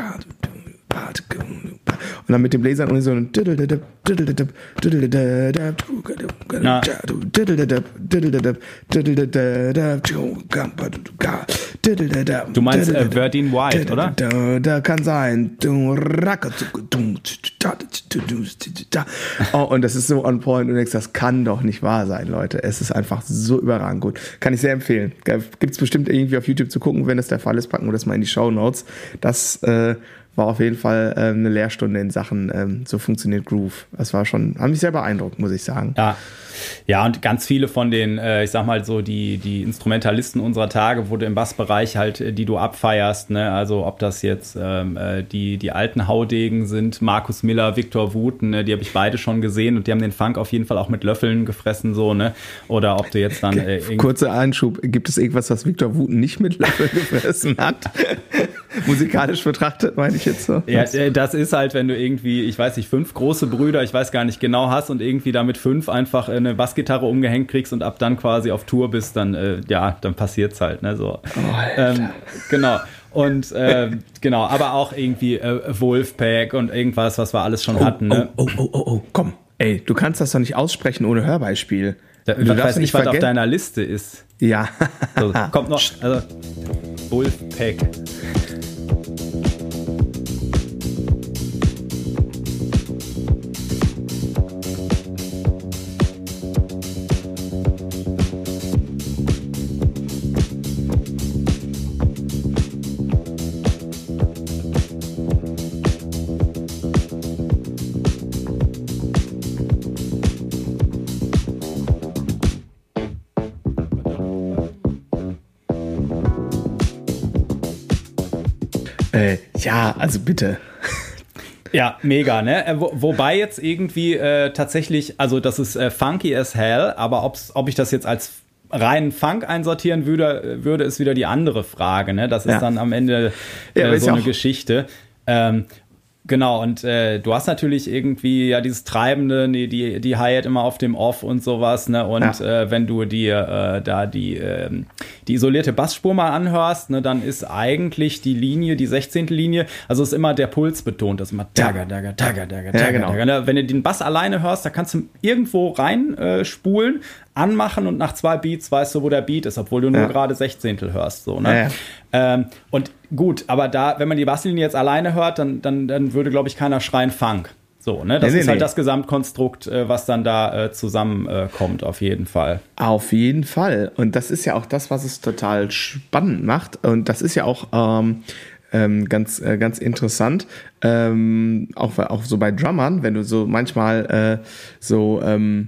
und dann mit dem Bläsern und so ein ja. Du meinst äh, Verdine White, oder? Da kann sein. Oh, und das ist so on point und du denkst, das kann doch nicht wahr sein, Leute. Es ist einfach so überragend gut. Kann ich sehr empfehlen. Gibt's bestimmt irgendwie auf YouTube zu gucken, wenn das der Fall ist, packen wir das mal in die Shownotes. Das äh, war auf jeden Fall äh, eine Lehrstunde in Sachen, ähm, so funktioniert Groove. Das war schon, hat mich sehr beeindruckt, muss ich sagen. Ja, ja, und ganz viele von den, äh, ich sag mal so, die, die Instrumentalisten unserer Tage, wo du im Bassbereich halt, die du abfeierst, ne, also ob das jetzt ähm, die, die alten Haudegen sind, Markus Miller, Victor Wooten, ne, die habe ich beide schon gesehen und die haben den Funk auf jeden Fall auch mit Löffeln gefressen, so, ne, oder ob du jetzt dann... Äh, Kurzer Einschub, gibt es irgendwas, was Victor Wooten nicht mit Löffeln gefressen hat? Musikalisch betrachtet, meine ich jetzt so. Ja, das ist halt, wenn du irgendwie, ich weiß nicht, fünf große Brüder, ich weiß gar nicht genau, hast und irgendwie damit fünf einfach eine Bassgitarre umgehängt kriegst und ab dann quasi auf Tour bist, dann, äh, ja, dann passiert's halt, ne, so. Oh, ähm, genau. Und, äh, genau, aber auch irgendwie äh, Wolfpack und irgendwas, was wir alles schon oh, hatten, ne. Oh, oh, oh, oh, oh, komm. Ey, du kannst das doch nicht aussprechen ohne Hörbeispiel. Da, du weißt nicht, was auf deiner Liste ist. Ja. So, kommt noch, also, Wolfpack. Äh, ja, also bitte. Ja, mega, ne? Wo, wobei jetzt irgendwie äh, tatsächlich, also das ist äh, funky as hell, aber ob's, ob ich das jetzt als reinen Funk einsortieren würde, würde, ist wieder die andere Frage, ne? Das ist ja dann am Ende äh, ja, so eine Geschichte. Ähm, Genau, und äh, du hast natürlich irgendwie ja dieses Treibende, die, die, die Hi-Hat immer auf dem Off und sowas, ne? Und ja. äh, wenn du dir äh, da die, äh, die isolierte Bassspur mal anhörst, ne, dann ist eigentlich die Linie, die sechzehnte Linie, also ist immer der Puls betont, das ist immer dagger, dagger, dagger, dagger, dagger, genau. dagger. Wenn du den Bass alleine hörst, da kannst du irgendwo rein äh, spulen, anmachen und nach zwei Beats weißt du, wo der Beat ist, obwohl du nur ja. gerade Sechzehntel hörst, so, ne? Ja, ja. Ähm, und gut, aber da, wenn man die Basslinie jetzt alleine hört, dann, dann, dann würde, glaube ich, keiner schreien Funk. So, ne? Das nee, ist nee, halt nee. das Gesamtkonstrukt, äh, was dann da äh, zusammenkommt, äh, auf jeden Fall. Auf jeden Fall. Und das ist ja auch das, was es total spannend macht. Und das ist ja auch ähm, ähm, ganz, äh, ganz interessant. Ähm, auch, auch so bei Drummern, wenn du so manchmal äh, so ähm,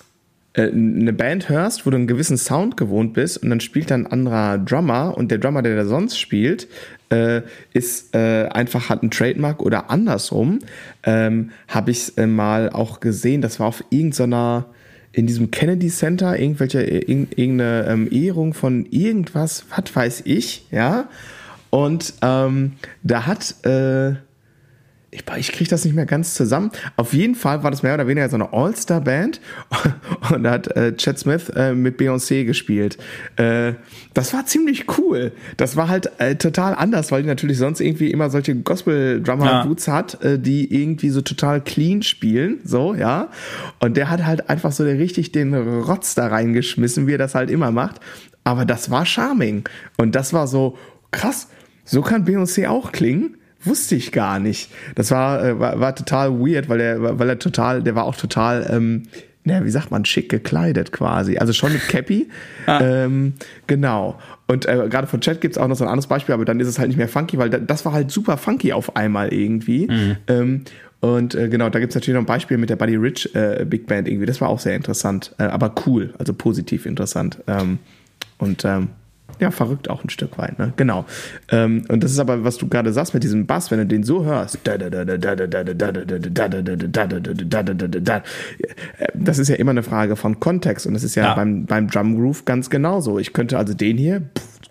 eine Band hörst, wo du einen gewissen Sound gewohnt bist und dann spielt dann ein anderer Drummer und der Drummer, der da sonst spielt, äh, ist äh, einfach hat einen Trademark oder andersrum, ähm, habe ich äh, mal auch gesehen, das war auf irgendeiner, in diesem Kennedy Center, irgendwelche, irg- irgendeine ähm, Ehrung von irgendwas, was weiß ich, ja, und ähm, da hat äh, Ich, ich kriege das nicht mehr ganz zusammen. Auf jeden Fall war das mehr oder weniger so eine All-Star-Band und da hat äh, Chad Smith äh, mit Beyoncé gespielt. Äh, das war ziemlich cool. Das war halt äh, total anders, weil die natürlich sonst irgendwie immer solche Gospel-Drummer-Boots ja. hat, äh, die irgendwie so total clean spielen, so, ja. Und der hat halt einfach so richtig den Rotz da reingeschmissen, wie er das halt immer macht. Aber das war charming. Und das war so, krass, so kann Beyoncé auch klingen. Wusste ich gar nicht. Das war, war, war total weird, weil er, weil er total, der war auch total, ähm, naja, wie sagt man, schick gekleidet quasi. Also schon mit Cappy. ah. ähm, genau. Und äh, gerade von Chat gibt's auch noch so ein anderes Beispiel, aber dann ist es halt nicht mehr funky, weil das war halt super funky auf einmal irgendwie. Mhm. Ähm, und äh, genau, da gibt's natürlich noch ein Beispiel mit der Buddy Rich äh, Big Band irgendwie. Das war auch sehr interessant, äh, aber cool, also positiv interessant. Ähm, und ähm, ja, verrückt auch ein Stück weit, ne? Genau. Ähm, und das ist aber, was du gerade sagst mit diesem Bass, wenn du den so hörst, das ist ja immer eine Frage von Kontext und das ist ja, ja. beim, beim Drum Groove ganz genauso. Ich könnte also den hier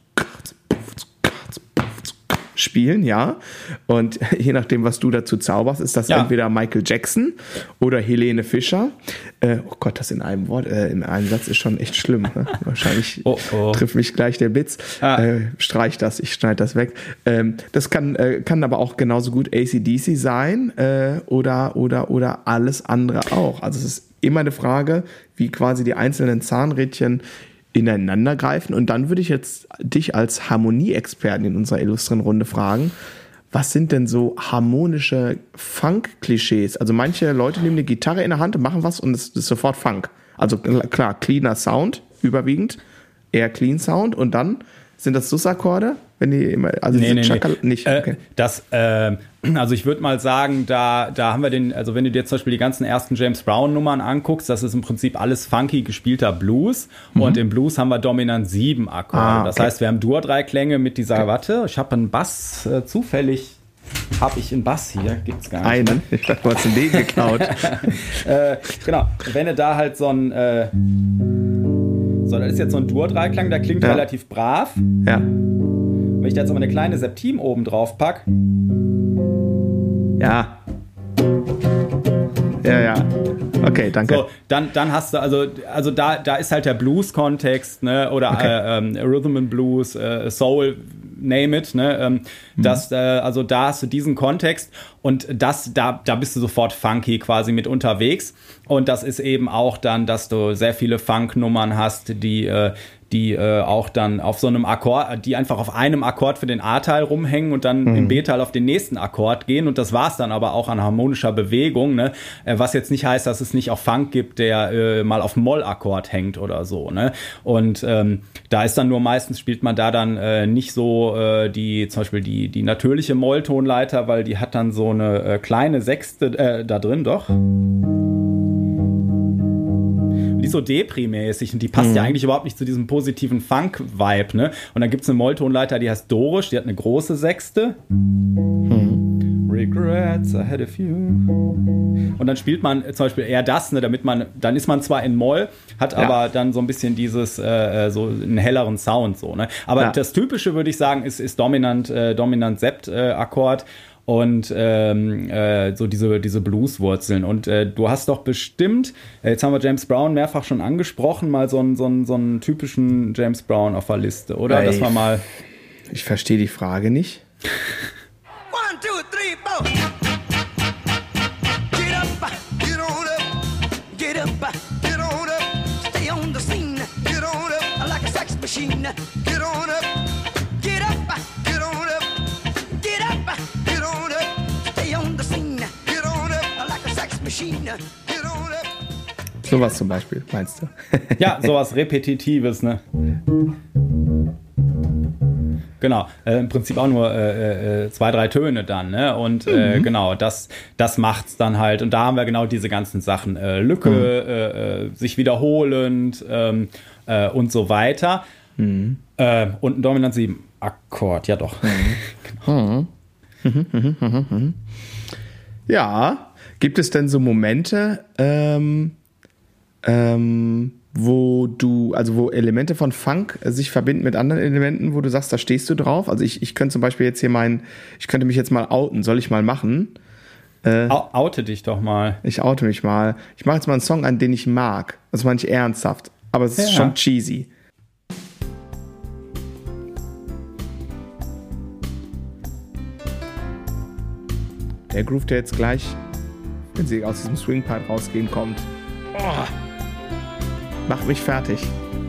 spielen, ja. Und je nachdem, was du dazu zauberst, ist das ja. entweder Michael Jackson oder Helene Fischer. Äh, oh Gott, das in einem Wort, äh, in einem Satz ist schon echt schlimm. Ne? Wahrscheinlich oh, oh. trifft mich gleich der Blitz. Ah. Äh, streich das, ich schneide das weg. Ähm, das kann, äh, kann aber auch genauso gut A C D C sein äh, oder, oder, oder alles andere auch. Also es ist immer eine Frage, wie quasi die einzelnen Zahnrädchen ineinander greifen. Und dann würde ich jetzt dich als Harmonieexperten in unserer illustren Runde fragen, was sind denn so harmonische Funk-Klischees? Also manche Leute nehmen eine Gitarre in der Hand und machen was und es ist sofort Funk. Also klar, cleaner Sound überwiegend, eher clean Sound und dann sind das Sus-Akkorde? Wenn die immer, also nee, nee, Chakal- nee. nicht. Okay. Äh, das, äh, also ich würde mal sagen, da, da haben wir den, also wenn du dir zum Beispiel die ganzen ersten James Brown Nummern anguckst, das ist im Prinzip alles funky gespielter Blues mhm. und im Blues haben wir dominant sieben Akkorde. Ah, okay. Das heißt, wir haben Dur-Dreiklänge mit dieser, okay. warte, ich habe einen Bass, äh, zufällig habe ich einen Bass hier, gibt's gar nicht. Einen? Ich dachte, du hast den D geklaut. äh, genau, wenn du da halt so ein, äh, so, das ist jetzt so ein Dur-Dreiklang, der klingt ja. relativ brav. Ja. Wenn ich da jetzt aber eine kleine Septim oben drauf pack. Ja. Ja, ja. Okay, danke. So, dann, dann hast du, also, also da, da ist halt der Blues-Kontext, ne, oder okay. äh, ähm, Rhythm and Blues, äh, Soul, name it, ne, ähm, mhm. das, äh, also da hast du diesen Kontext und das, da, da bist du sofort funky quasi mit unterwegs und das ist eben auch dann, dass du sehr viele Funk-Nummern hast, die, äh, die äh, auch dann auf so einem Akkord, die einfach auf einem Akkord für den A-Teil rumhängen und dann mhm. im B-Teil auf den nächsten Akkord gehen und das war's dann aber auch an harmonischer Bewegung, ne? Äh, was jetzt nicht heißt, dass es nicht auch Funk gibt, der äh, mal auf dem Moll-Akkord hängt oder so, ne? Und ähm, da ist dann nur meistens spielt man da dann äh, nicht so äh, die, zum Beispiel die, die natürliche Molltonleiter, weil die hat dann so eine äh, kleine Sechste äh, da drin, doch. Die ist so Depri-mäßig und die passt mhm. ja eigentlich überhaupt nicht zu diesem positiven Funk-Vibe, ne? Und dann gibt es eine Molltonleiter, die heißt Dorisch, die hat eine große Sechste. Mhm. Regrets, I had a few. Und dann spielt man zum Beispiel eher das, ne, damit man, dann ist man zwar in Moll, hat ja. aber dann so ein bisschen dieses, äh, so einen helleren Sound, so, ne? Aber ja. das Typische, würde ich sagen, ist, ist dominant, äh, dominant Sept-Akkord. und ähm, äh, so diese, diese Blues-Wurzeln. Und äh, du hast doch bestimmt, äh, jetzt haben wir James Brown mehrfach schon angesprochen, mal so einen, so einen, so einen typischen James Brown auf der Liste, oder? Ey, Dass wir mal. Ich verstehe die Frage nicht. One, two, three, four. Get up, get on up, get up, get on up. Stay on the scene, get on up like a sex machine. Get on up, get up, get on up, get up, get on up. Stay on the scene, get on up like a sex machine. Get on up. Sowas zum Beispiel, meinst du? Ja, sowas Repetitives, ne? Genau, äh, im Prinzip auch nur äh, äh, zwei, drei Töne dann, ne? Und äh, mhm. genau, das, das macht's dann halt. Und da haben wir genau diese ganzen Sachen. Äh, Lücke, mhm. äh, äh, sich wiederholend ähm, äh, und so weiter. Mhm. Äh, und ein Dominant sieben Akkord, ja doch. Mhm. genau. Ja, gibt es denn so Momente, ähm, ähm, wo du, also wo Elemente von Funk sich verbinden mit anderen Elementen, wo du sagst, da stehst du drauf? Also ich, ich könnte zum Beispiel jetzt hier meinen, ich könnte mich jetzt mal outen, soll ich mal machen? Äh, Oute dich doch mal. Ich oute mich mal. Ich mache jetzt mal einen Song an, den ich mag. Das meine ich ernsthaft, aber es ist ja schon cheesy. Der Groove, der jetzt gleich, wenn sie aus diesem Swingpipe rausgehen, kommt. Oh. Mach mich fertig.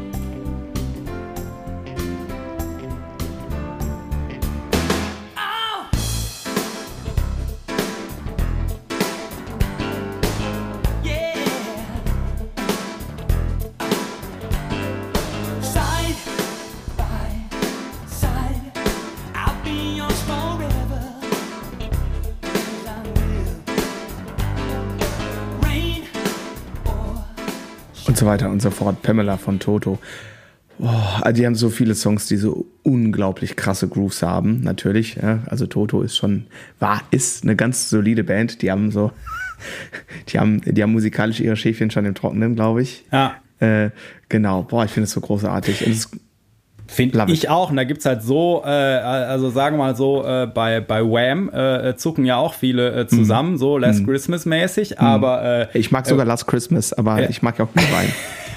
Und so weiter und so fort. Pamela von Toto. Oh, die haben so viele Songs, die so unglaublich krasse Grooves haben, natürlich. Ja. Also Toto ist schon, war, ist eine ganz solide Band. Die haben so, die haben, die haben musikalisch ihre Schäfchen schon im Trockenen, glaube ich. Ja. Äh, genau. Boah, ich finde es so großartig. Und es Finde ich auch. Und da gibt es halt so, äh, also sagen wir mal so, äh, bei, bei Wham äh, zucken ja auch viele äh, zusammen, mm. so Last mm. Christmas mäßig, mm. aber... Äh, ich mag sogar äh, Last Christmas, aber äh, ich mag ja auch gut Wein.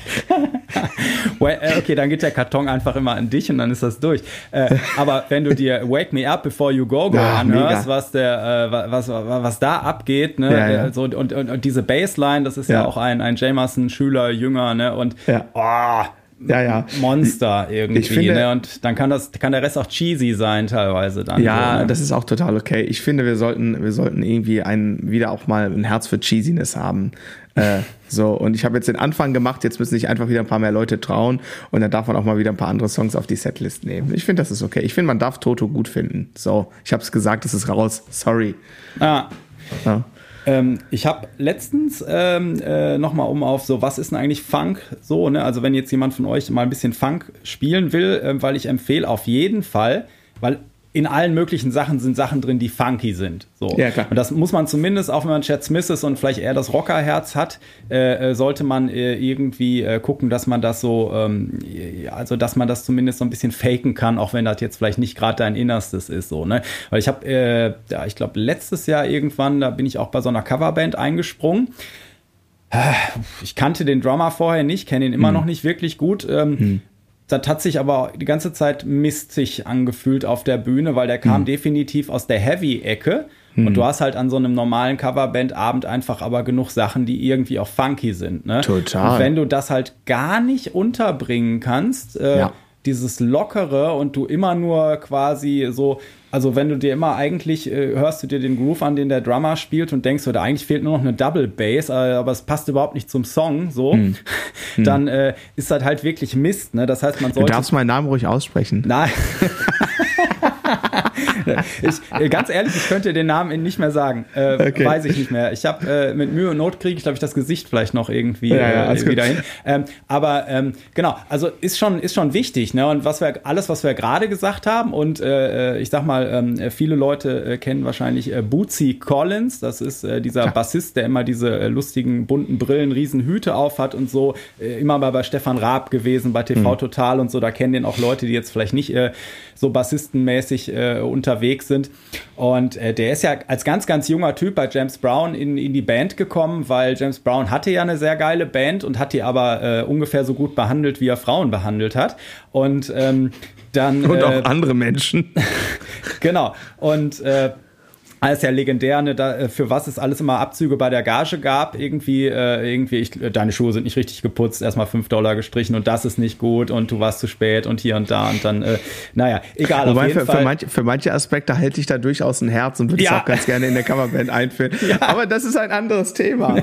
well, okay, dann geht der Karton einfach immer an dich und dann ist das durch. Äh, aber wenn du dir Wake Me Up Before You Go Go ja, anhörst, was, der, äh, was, was da abgeht, ne? Ja, ja. So, und, und, und diese Bassline, das ist ja, ja auch ein, ein Jamerson-Schüler, Jünger, ne? Und ja. oh, Ja, ja. Monster irgendwie, ich finde, ne? Und dann kann das, kann der Rest auch cheesy sein teilweise dann. Ja, so, ne? Das ist auch total okay. Ich finde, wir sollten, wir sollten irgendwie ein, wieder auch mal ein Herz für Cheesiness haben. äh, so, und ich habe jetzt den Anfang gemacht, jetzt müssen sich einfach wieder ein paar mehr Leute trauen und dann darf man auch mal wieder ein paar andere Songs auf die Setlist nehmen. Ich finde, das ist okay. Ich finde, man darf Toto gut finden. So, ich habe es gesagt, es ist raus. Sorry. Ah. Ja. Ähm, ich habe letztens ähm, äh, nochmal um auf so, was ist denn eigentlich Funk? So, ne? Also wenn jetzt jemand von euch mal ein bisschen Funk spielen will, äh, weil ich empfehle auf jeden Fall, weil in allen möglichen Sachen sind Sachen drin, die funky sind. So. Ja, klar. Und das muss man zumindest, auch wenn man Chad Smith ist und vielleicht eher das Rockerherz hat, äh, sollte man äh, irgendwie äh, gucken, dass man das so, ähm, also dass man das zumindest so ein bisschen faken kann, auch wenn das jetzt vielleicht nicht gerade dein Innerstes ist. So, ne? Weil ich habe, äh, ja, ich glaube, letztes Jahr irgendwann, da bin ich auch bei so einer Coverband eingesprungen. Ich kannte den Drummer vorher nicht, kenne ihn immer hm. noch nicht wirklich gut. Ähm, hm. Das hat sich aber die ganze Zeit mistig angefühlt auf der Bühne, weil der kam hm. definitiv aus der Heavy-Ecke. Hm. Und du hast halt an so einem normalen Coverband-Abend einfach aber genug Sachen, die irgendwie auch funky sind. Ne? Total. Und wenn du das halt gar nicht unterbringen kannst, äh, ja. dieses Lockere und du immer nur quasi so, also wenn du dir immer eigentlich, äh, hörst du dir den Groove an, den der Drummer spielt und denkst, oder eigentlich fehlt nur noch eine Double Bass, äh, aber es passt überhaupt nicht zum Song, so, hm. dann äh, ist das halt wirklich Mist, ne? Das heißt, man sollte... Du darfst meinen Namen ruhig aussprechen. Nein. ich, ganz ehrlich, ich könnte den Namen nicht mehr sagen. Äh, okay. Weiß ich nicht mehr. Ich habe äh, mit Mühe und Not kriege ich, glaube ich, das Gesicht vielleicht noch irgendwie ja, ja, äh, wieder hin. Ähm, aber ähm, genau, also ist schon, ist schon wichtig. Ne? Und was wir, alles, was wir gerade gesagt haben, und äh, ich sag mal, äh, viele Leute äh, kennen wahrscheinlich äh, Bootsy Collins. Das ist äh, dieser ja. Bassist, der immer diese äh, lustigen, bunten Brillen, riesen Hüte auf hat und so. Äh, immer mal bei Stefan Raab gewesen, bei T V mhm. Total und so. Da kennen den auch Leute, die jetzt vielleicht nicht äh, so bassistenmäßig äh, unterwegs unterwegs sind. Und äh, der ist ja als ganz, ganz junger Typ bei James Brown in, in die Band gekommen, weil James Brown hatte ja eine sehr geile Band und hat die aber äh, ungefähr so gut behandelt, wie er Frauen behandelt hat. Und ähm, dann... Und äh, auch andere Menschen. Genau. Und äh, alles ja legendär, ne, da, für was es alles immer Abzüge bei der Gage gab. Irgendwie, äh, irgendwie ich, deine Schuhe sind nicht richtig geputzt, erstmal fünf Dollar gestrichen und das ist nicht gut und du warst zu spät und hier und da und dann, äh, naja, egal. Wobei auf jeden für, Fall. Für, manche, für manche Aspekte halte ich da durchaus ein Herz und würde es Ja. auch ganz gerne in der Coverband einführen. Ja. Aber das ist ein anderes Thema.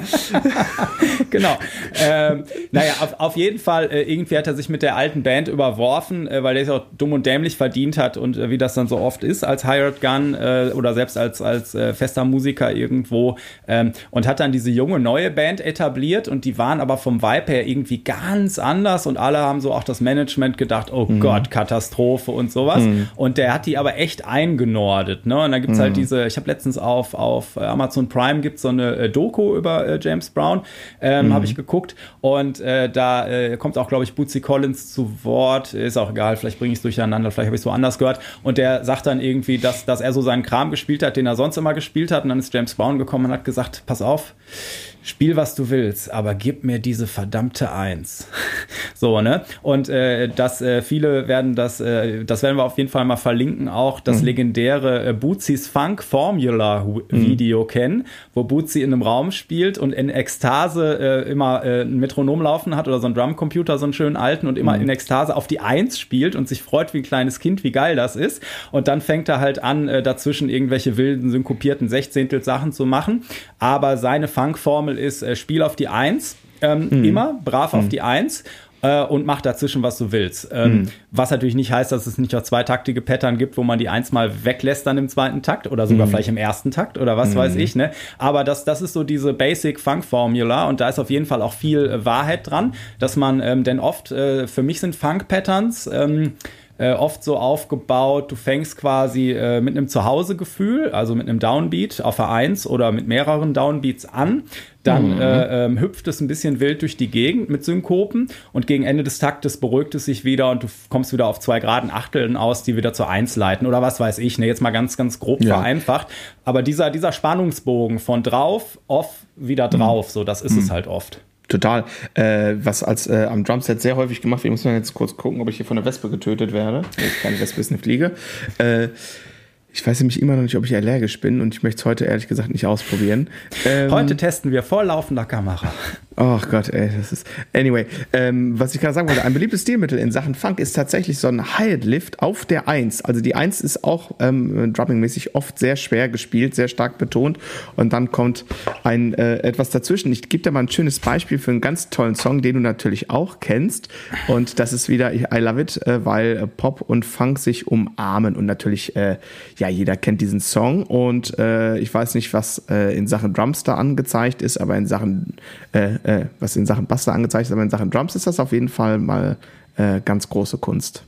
Genau. Ähm, naja, auf, auf jeden Fall, äh, irgendwie hat er sich mit der alten Band überworfen, äh, weil er es auch dumm und dämlich verdient hat und äh, wie das dann so oft ist als Hired Gun äh, oder selbst als, als äh, fester Musiker irgendwo ähm, und hat dann diese junge neue Band etabliert und die waren aber vom Vibe her irgendwie ganz anders und alle haben so auch das Management gedacht, oh mhm. Gott, Katastrophe und sowas. Mhm. Und der hat die aber echt eingenordet, ne? Und dann gibt's mhm. halt diese, ich habe letztens auf, auf Amazon Prime gibt's so eine äh, Doku über äh, James Brown, ähm, mhm. habe ich geguckt und äh, da äh, kommt auch, glaube ich, Bootsy Collins zu Wort, ist auch egal, vielleicht bringe ich es durcheinander, vielleicht habe ich es so anders gehört und der sagt dann irgendwie, dass, dass er so seinen Kram gespielt hat, den er sonst immer gespielt hat und dann ist James Brown gekommen und hat gesagt, pass auf, spiel, was du willst, aber gib mir diese verdammte Eins. So, ne? Und äh, das, äh, viele werden das, äh, das werden wir auf jeden Fall mal verlinken, auch das mhm. legendäre äh, Bootsy's Funk Formula Video mhm. kennen, wo Bootsy in einem Raum spielt und in Ekstase äh, immer äh, ein Metronom laufen hat oder so einen Drumcomputer, so einen schönen alten und immer mhm. in Ekstase auf die Eins spielt und sich freut wie ein kleines Kind, wie geil das ist. Und dann fängt er halt an, äh, dazwischen irgendwelche wilden, synkopierten Sechzehntel-Sachen zu machen. Aber seine Funkformel ist, äh, Spiel auf die Eins, ähm, mhm. immer brav mhm. auf die Eins äh, und mach dazwischen, was du willst. Ähm, mhm. Was natürlich nicht heißt, dass es nicht auch zweitaktige Pattern gibt, wo man die Eins mal weglässt dann im zweiten Takt oder sogar mhm. vielleicht im ersten Takt oder was mhm. weiß ich, ne? Aber das, das ist so diese Basic Funk Formula und da ist auf jeden Fall auch viel äh, Wahrheit dran, dass man, ähm, denn oft, äh, für mich sind Funk Patterns, ähm, Äh, oft so aufgebaut, du fängst quasi äh, mit einem Zuhause-Gefühl, also mit einem Downbeat auf der Eins oder mit mehreren Downbeats an, dann mhm. äh, ähm, hüpft es ein bisschen wild durch die Gegend mit Synkopen und gegen Ende des Taktes beruhigt es sich wieder und du kommst wieder auf zwei geraden Achteln aus, die wieder zur Eins leiten oder was weiß ich, ne, jetzt mal ganz, ganz grob ja. vereinfacht, aber dieser, dieser Spannungsbogen von drauf, off, wieder drauf, mhm. so, das ist mhm. es halt oft. Total. Äh, was als äh, am Drumset sehr häufig gemacht wird, muss man jetzt kurz gucken, ob ich hier von der Wespe getötet werde. Keine Wespe ist eine Fliege. Äh, ich weiß nämlich immer noch nicht, ob ich allergisch bin und ich möchte es heute ehrlich gesagt nicht ausprobieren. Ähm, heute testen wir vor laufender Kamera. Ach Gott, ey, das ist... Anyway, ähm, was ich gerade sagen wollte, ein beliebtes Stilmittel in Sachen Funk ist tatsächlich so ein Hi-Hat-Lift auf der Eins. Also die Eins ist auch ähm, drummingmäßig oft sehr schwer gespielt, sehr stark betont und dann kommt ein äh, etwas dazwischen. Ich gebe dir mal ein schönes Beispiel für einen ganz tollen Song, den du natürlich auch kennst und das ist wieder I Love It, äh, weil äh, Pop und Funk sich umarmen und natürlich, äh, ja, jeder kennt diesen Song und äh, ich weiß nicht, was äh, in Sachen Drums da angezeigt ist, aber in Sachen äh, Äh, was in Sachen Bass da angezeigt ist, aber in Sachen Drums ist das auf jeden Fall mal äh, ganz große Kunst.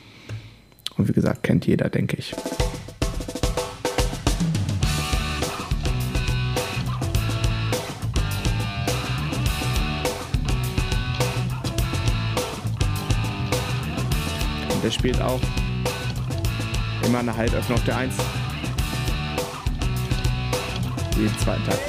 Und wie gesagt, kennt jeder, denke ich. Und der spielt auch immer eine Haltöffnung auf der Eins. Jeden zweiten Tag.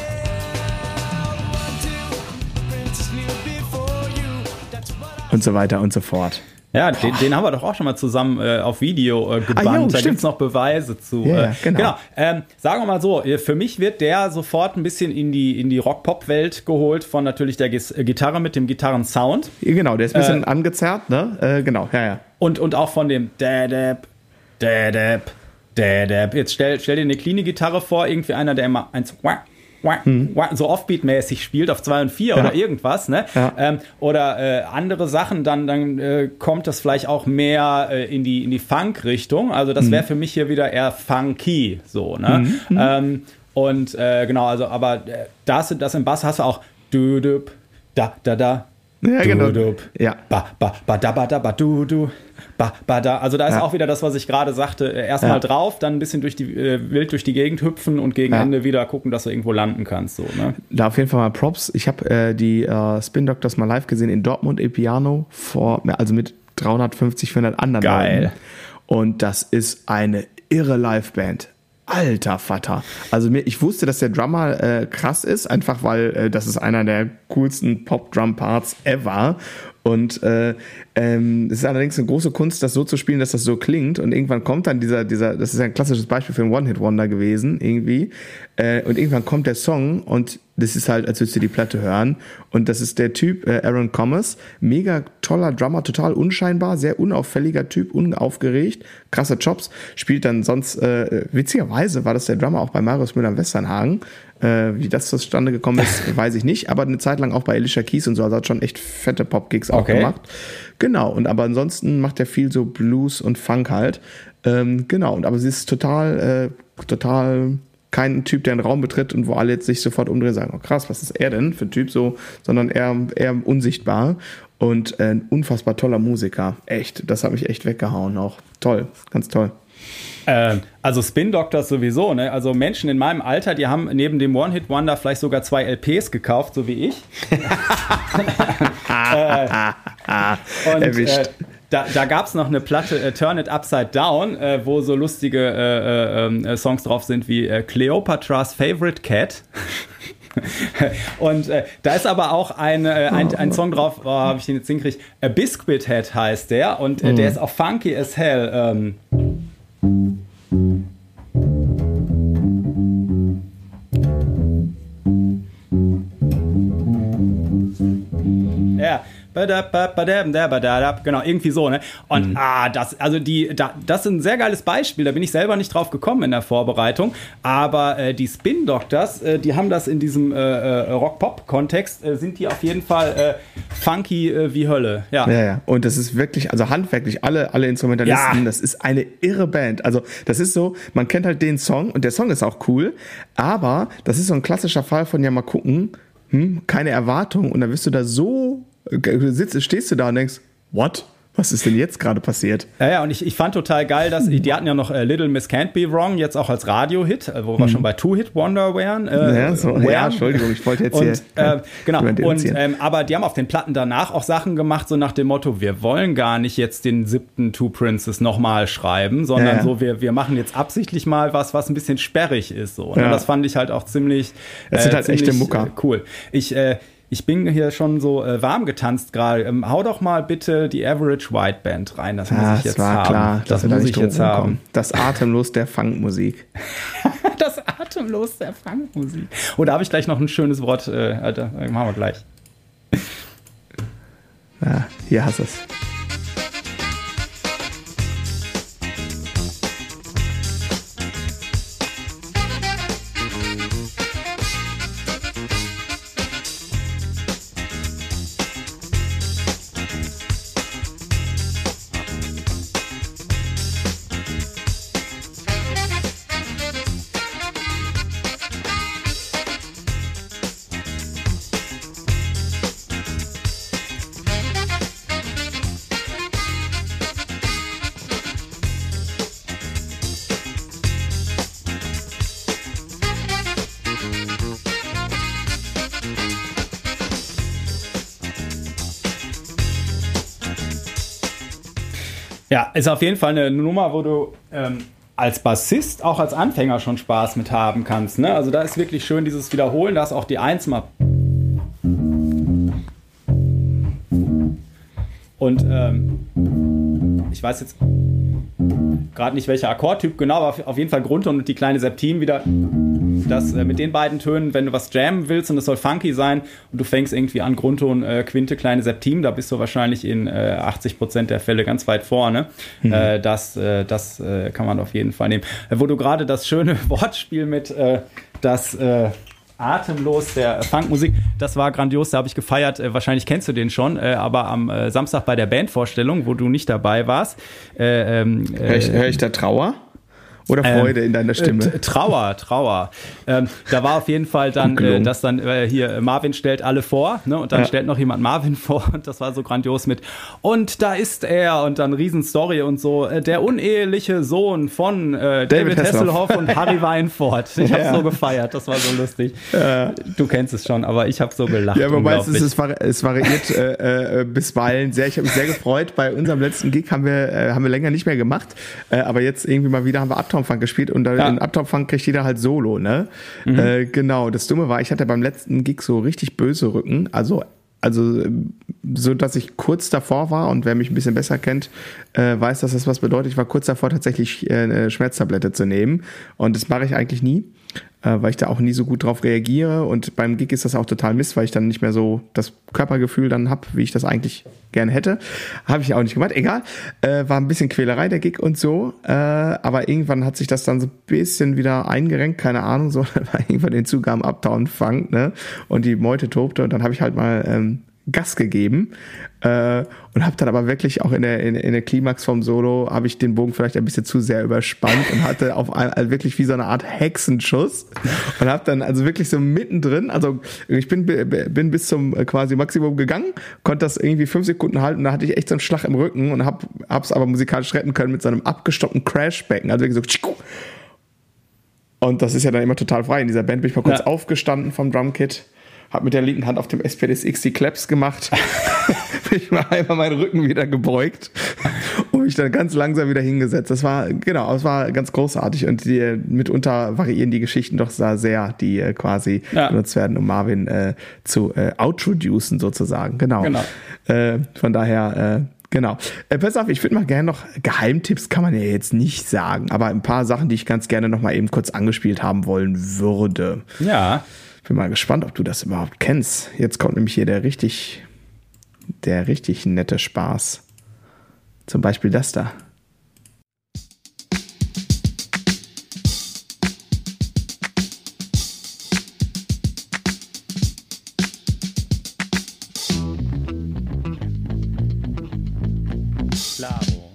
Und so weiter und so fort. Ja, den, den haben wir doch auch schon mal zusammen äh, auf Video äh, gebannt. Ah, jo, da gibt es noch Beweise zu. Yeah, äh, genau. genau. Ähm, sagen wir mal so, für mich wird der sofort ein bisschen in die, in die Rock-Pop-Welt geholt von natürlich der Gis- Gitarre mit dem Gitarrensound. Genau, der ist ein bisschen äh, angezerrt, ne? Äh, genau, ja, ja. Und, und auch von dem Dadap, Dadap, Dadap. Jetzt stell, stell dir eine cleane Gitarre vor, irgendwie einer, der immer eins Hm. so Offbeat-mäßig spielt auf zwei und vier ja. oder irgendwas, ne? Ja. Ähm, oder äh, andere Sachen, dann, dann äh, kommt das vielleicht auch mehr äh, in die, in die Funk-Richtung. Also das wäre hm. für mich hier wieder eher funky, so, ne? Hm. Ähm, und äh, genau, also, aber äh, das, das im Bass hast du auch du, du, da, da, da. Ja, du, genau. Du, ja. Ba, ba, ba, da, ba, da, ba, du, du. Ba, ba, da. Also da ist ja. auch wieder das, was ich gerade sagte. Erstmal ja. drauf, dann ein bisschen durch die, äh, wild durch die Gegend hüpfen und gegen ja. Ende wieder gucken, dass du irgendwo landen kannst. So, ne? Da auf jeden Fall mal Props. Ich habe äh, die äh, Spin Doctors mal live gesehen in Dortmund im Piano, vor, also mit dreihundertfünfzig, vierhundert anderen Geil. Leuten. Und das ist eine irre Liveband. Alter Vater. Also mir, ich wusste, dass der Drummer äh, krass ist, einfach weil äh, das ist einer der coolsten Pop-Drum-Parts ever. Und äh, ähm, es ist allerdings eine große Kunst, das so zu spielen, dass das so klingt. Und irgendwann kommt dann dieser, dieser, das ist ein klassisches Beispiel für einen One-Hit-Wonder gewesen, irgendwie. Äh, und irgendwann kommt der Song und das ist halt, als würdest du die Platte hören. Und das ist der Typ, äh, Aaron Commerce. Mega toller Drummer, total unscheinbar, sehr unauffälliger Typ, unaufgeregt, krasse Chops. Spielt dann sonst, äh, witzigerweise war das der Drummer auch bei Marius Müller-Westernhagen. Äh, wie das zustande gekommen ist, weiß ich nicht. Aber eine Zeit lang auch bei Alicia Keys und so. Also hat schon echt fette Pop-Gigs auch okay. gemacht. Genau. Und aber ansonsten macht er viel so Blues und Funk halt. Ähm, genau. Und aber sie ist total, äh, total kein Typ, der einen Raum betritt und wo alle jetzt sich sofort umdrehen und sagen, oh krass, was ist er denn für ein Typ so? Sondern eher, eher unsichtbar und äh, ein unfassbar toller Musiker. Echt. Das hat mich echt weggehauen auch. Toll. Ganz toll. Also Spin Doctors sowieso, ne? Also Menschen in meinem Alter, die haben neben dem One-Hit-Wonder vielleicht sogar zwei L Ps gekauft, so wie ich. äh, und äh, da, da gab es noch eine Platte, äh, Turn It Upside Down, äh, wo so lustige äh, äh, Songs drauf sind wie äh, Cleopatra's Favorite Cat. Und äh, da ist aber auch ein, äh, ein, ein Song drauf, oh, habe ich den jetzt hingekriegt, A Biscuit Head heißt der und äh, der ist auch funky as hell. Ähm, Ja, genau, irgendwie so, ne? Und mhm. ah, das, also die, da, das ist ein sehr geiles Beispiel, da bin ich selber nicht drauf gekommen in der Vorbereitung, aber äh, die Spin Doctors, äh, die haben das in diesem äh, Rock-Pop-Kontext, äh, sind die auf jeden Fall äh, funky äh, wie Hölle, ja. Ja, ja, und das ist wirklich, also handwerklich, alle, alle Instrumentalisten, ja. Das ist eine irre Band, also das ist so, man kennt halt den Song und der Song ist auch cool, aber das ist so ein klassischer Fall von, ja mal gucken, hm, keine Erwartung und dann wirst du da so sitzt, stehst du da und denkst, what? Was ist denn jetzt gerade passiert? Ja, ja, und ich, ich fand total geil, dass die hatten ja noch äh, Little Miss Can't Be Wrong, jetzt auch als Radio-Hit, wo wir hm. schon bei Two-Hit-Wonder wären. Äh, ja, so, ja, Entschuldigung, ich wollte jetzt und, hier. Äh, genau, und, ähm, aber die haben auf den Platten danach auch Sachen gemacht, so nach dem Motto, wir wollen gar nicht jetzt den siebten Two Princes nochmal schreiben, sondern ja. so, wir, wir machen jetzt absichtlich mal was, was ein bisschen sperrig ist. So. Ja. Und das fand ich halt auch ziemlich, das sind äh, halt ziemlich echte Mucker. Äh, cool. Ich, äh, Ich bin hier schon so äh, warm getanzt gerade. Ähm, hau doch mal bitte die Average White Band rein. Das muss ja, ich jetzt war haben. Klar, das muss ich jetzt haben. Kommen. Das Atemlos der Funkmusik. Das Atemlos der Funkmusik. Oh, da habe ich gleich noch ein schönes Wort. Äh, Alter, machen wir gleich. Ja, hier hast du es. Ja, ist auf jeden Fall eine Nummer, wo du ähm, als Bassist auch als Anfänger schon Spaß mit haben kannst. Ne? Also da ist wirklich schön dieses Wiederholen, da ist auch die Eins mal. Und ähm, ich weiß jetzt gerade nicht, welcher Akkordtyp genau, aber auf jeden Fall Grundton und die kleine Septim wieder. Das äh, mit den beiden Tönen, wenn du was jammen willst und es soll funky sein und du fängst irgendwie an Grundton, äh, Quinte, kleine Septim, da bist du wahrscheinlich in äh, achtzig Prozent der Fälle ganz weit vorne. Mhm. Äh, das äh, das äh, kann man auf jeden Fall nehmen. Äh, wo du gerade das schöne Wortspiel mit äh, das äh, Atemlos der Funkmusik, das war grandios, da habe ich gefeiert, äh, wahrscheinlich kennst du den schon, äh, aber am äh, Samstag bei der Bandvorstellung, wo du nicht dabei warst. Äh, ähm, äh, hör, ich, hör ich da Trauer? Oder Freude ähm, in deiner Stimme? Äh, Trauer, Trauer. Ähm, da war auf jeden Fall dann, äh, dass dann äh, hier Marvin stellt alle vor, ne? Und dann ja. stellt noch jemand Marvin vor und das war so grandios mit und da ist er und dann Riesenstory und so, äh, der uneheliche Sohn von äh, David, David Hasselhoff und Harry Weinfurt. Ich habe ja. so gefeiert, das war so lustig. Ja. Du kennst es schon, aber ich habe so gelacht. Ja, wobei es, es, es variiert äh, äh, bisweilen sehr. Ich habe mich sehr gefreut. Bei unserem letzten Gig haben wir, äh, haben wir länger nicht mehr gemacht, äh, aber jetzt irgendwie mal wieder haben wir Uptown Uptown Funk gespielt und da Ja. in Uptown Funk kriegt jeder halt Solo, ne? Mhm. Äh, genau, das Dumme war, ich hatte beim letzten Gig so richtig böse Rücken, also Also so, dass ich kurz davor war und wer mich ein bisschen besser kennt, äh, weiß, dass das was bedeutet. Ich war kurz davor, tatsächlich äh, eine Schmerztablette zu nehmen und das mache ich eigentlich nie, äh, weil ich da auch nie so gut drauf reagiere und beim Gig ist das auch total Mist, weil ich dann nicht mehr so das Körpergefühl dann habe, wie ich das eigentlich gerne hätte. Habe ich auch nicht gemacht, egal. Äh, war ein bisschen Quälerei, der Gig und so, äh, aber irgendwann hat sich das dann so ein bisschen wieder eingerenkt, keine Ahnung, so, dann war irgendwann den Zug am Uptown Funk, ne, und die Meute tobte und dann habe ich halt mal ähm, Gas gegeben äh, und habe dann aber wirklich auch in der in, in der Klimax vom Solo habe ich den Bogen vielleicht ein bisschen zu sehr überspannt und hatte auf ein, also wirklich wie so eine Art Hexenschuss und habe dann also wirklich so mittendrin, also ich bin bin bis zum quasi Maximum gegangen, konnte das irgendwie fünf Sekunden halten, da hatte ich echt so einen Schlag im Rücken und habe hab's aber musikalisch retten können mit so einem abgestoppten Crashbecken, also wirklich so und das ist ja dann immer total frei in dieser Band. Bin ich mal kurz ja. aufgestanden vom Drumkit, hab mit der linken Hand auf dem S P D S X die Claps gemacht, bin ich mal einmal meinen Rücken wieder gebeugt und mich dann ganz langsam wieder hingesetzt. Das war, genau, es war ganz großartig und die, mitunter variieren die Geschichten doch sehr, die äh, quasi ja. benutzt werden, um Marvin äh, zu äh, outroducen sozusagen. Genau. genau. Äh, von daher, äh, Genau. Äh, pass auf, ich würde mal gerne noch, Geheimtipps kann man ja jetzt nicht sagen, aber ein paar Sachen, die ich ganz gerne noch mal eben kurz angespielt haben wollen würde. Ja. Bin mal gespannt, ob du das überhaupt kennst. Jetzt kommt nämlich hier der richtig, der richtig nette Spaß. Zum Beispiel das da. Klaro.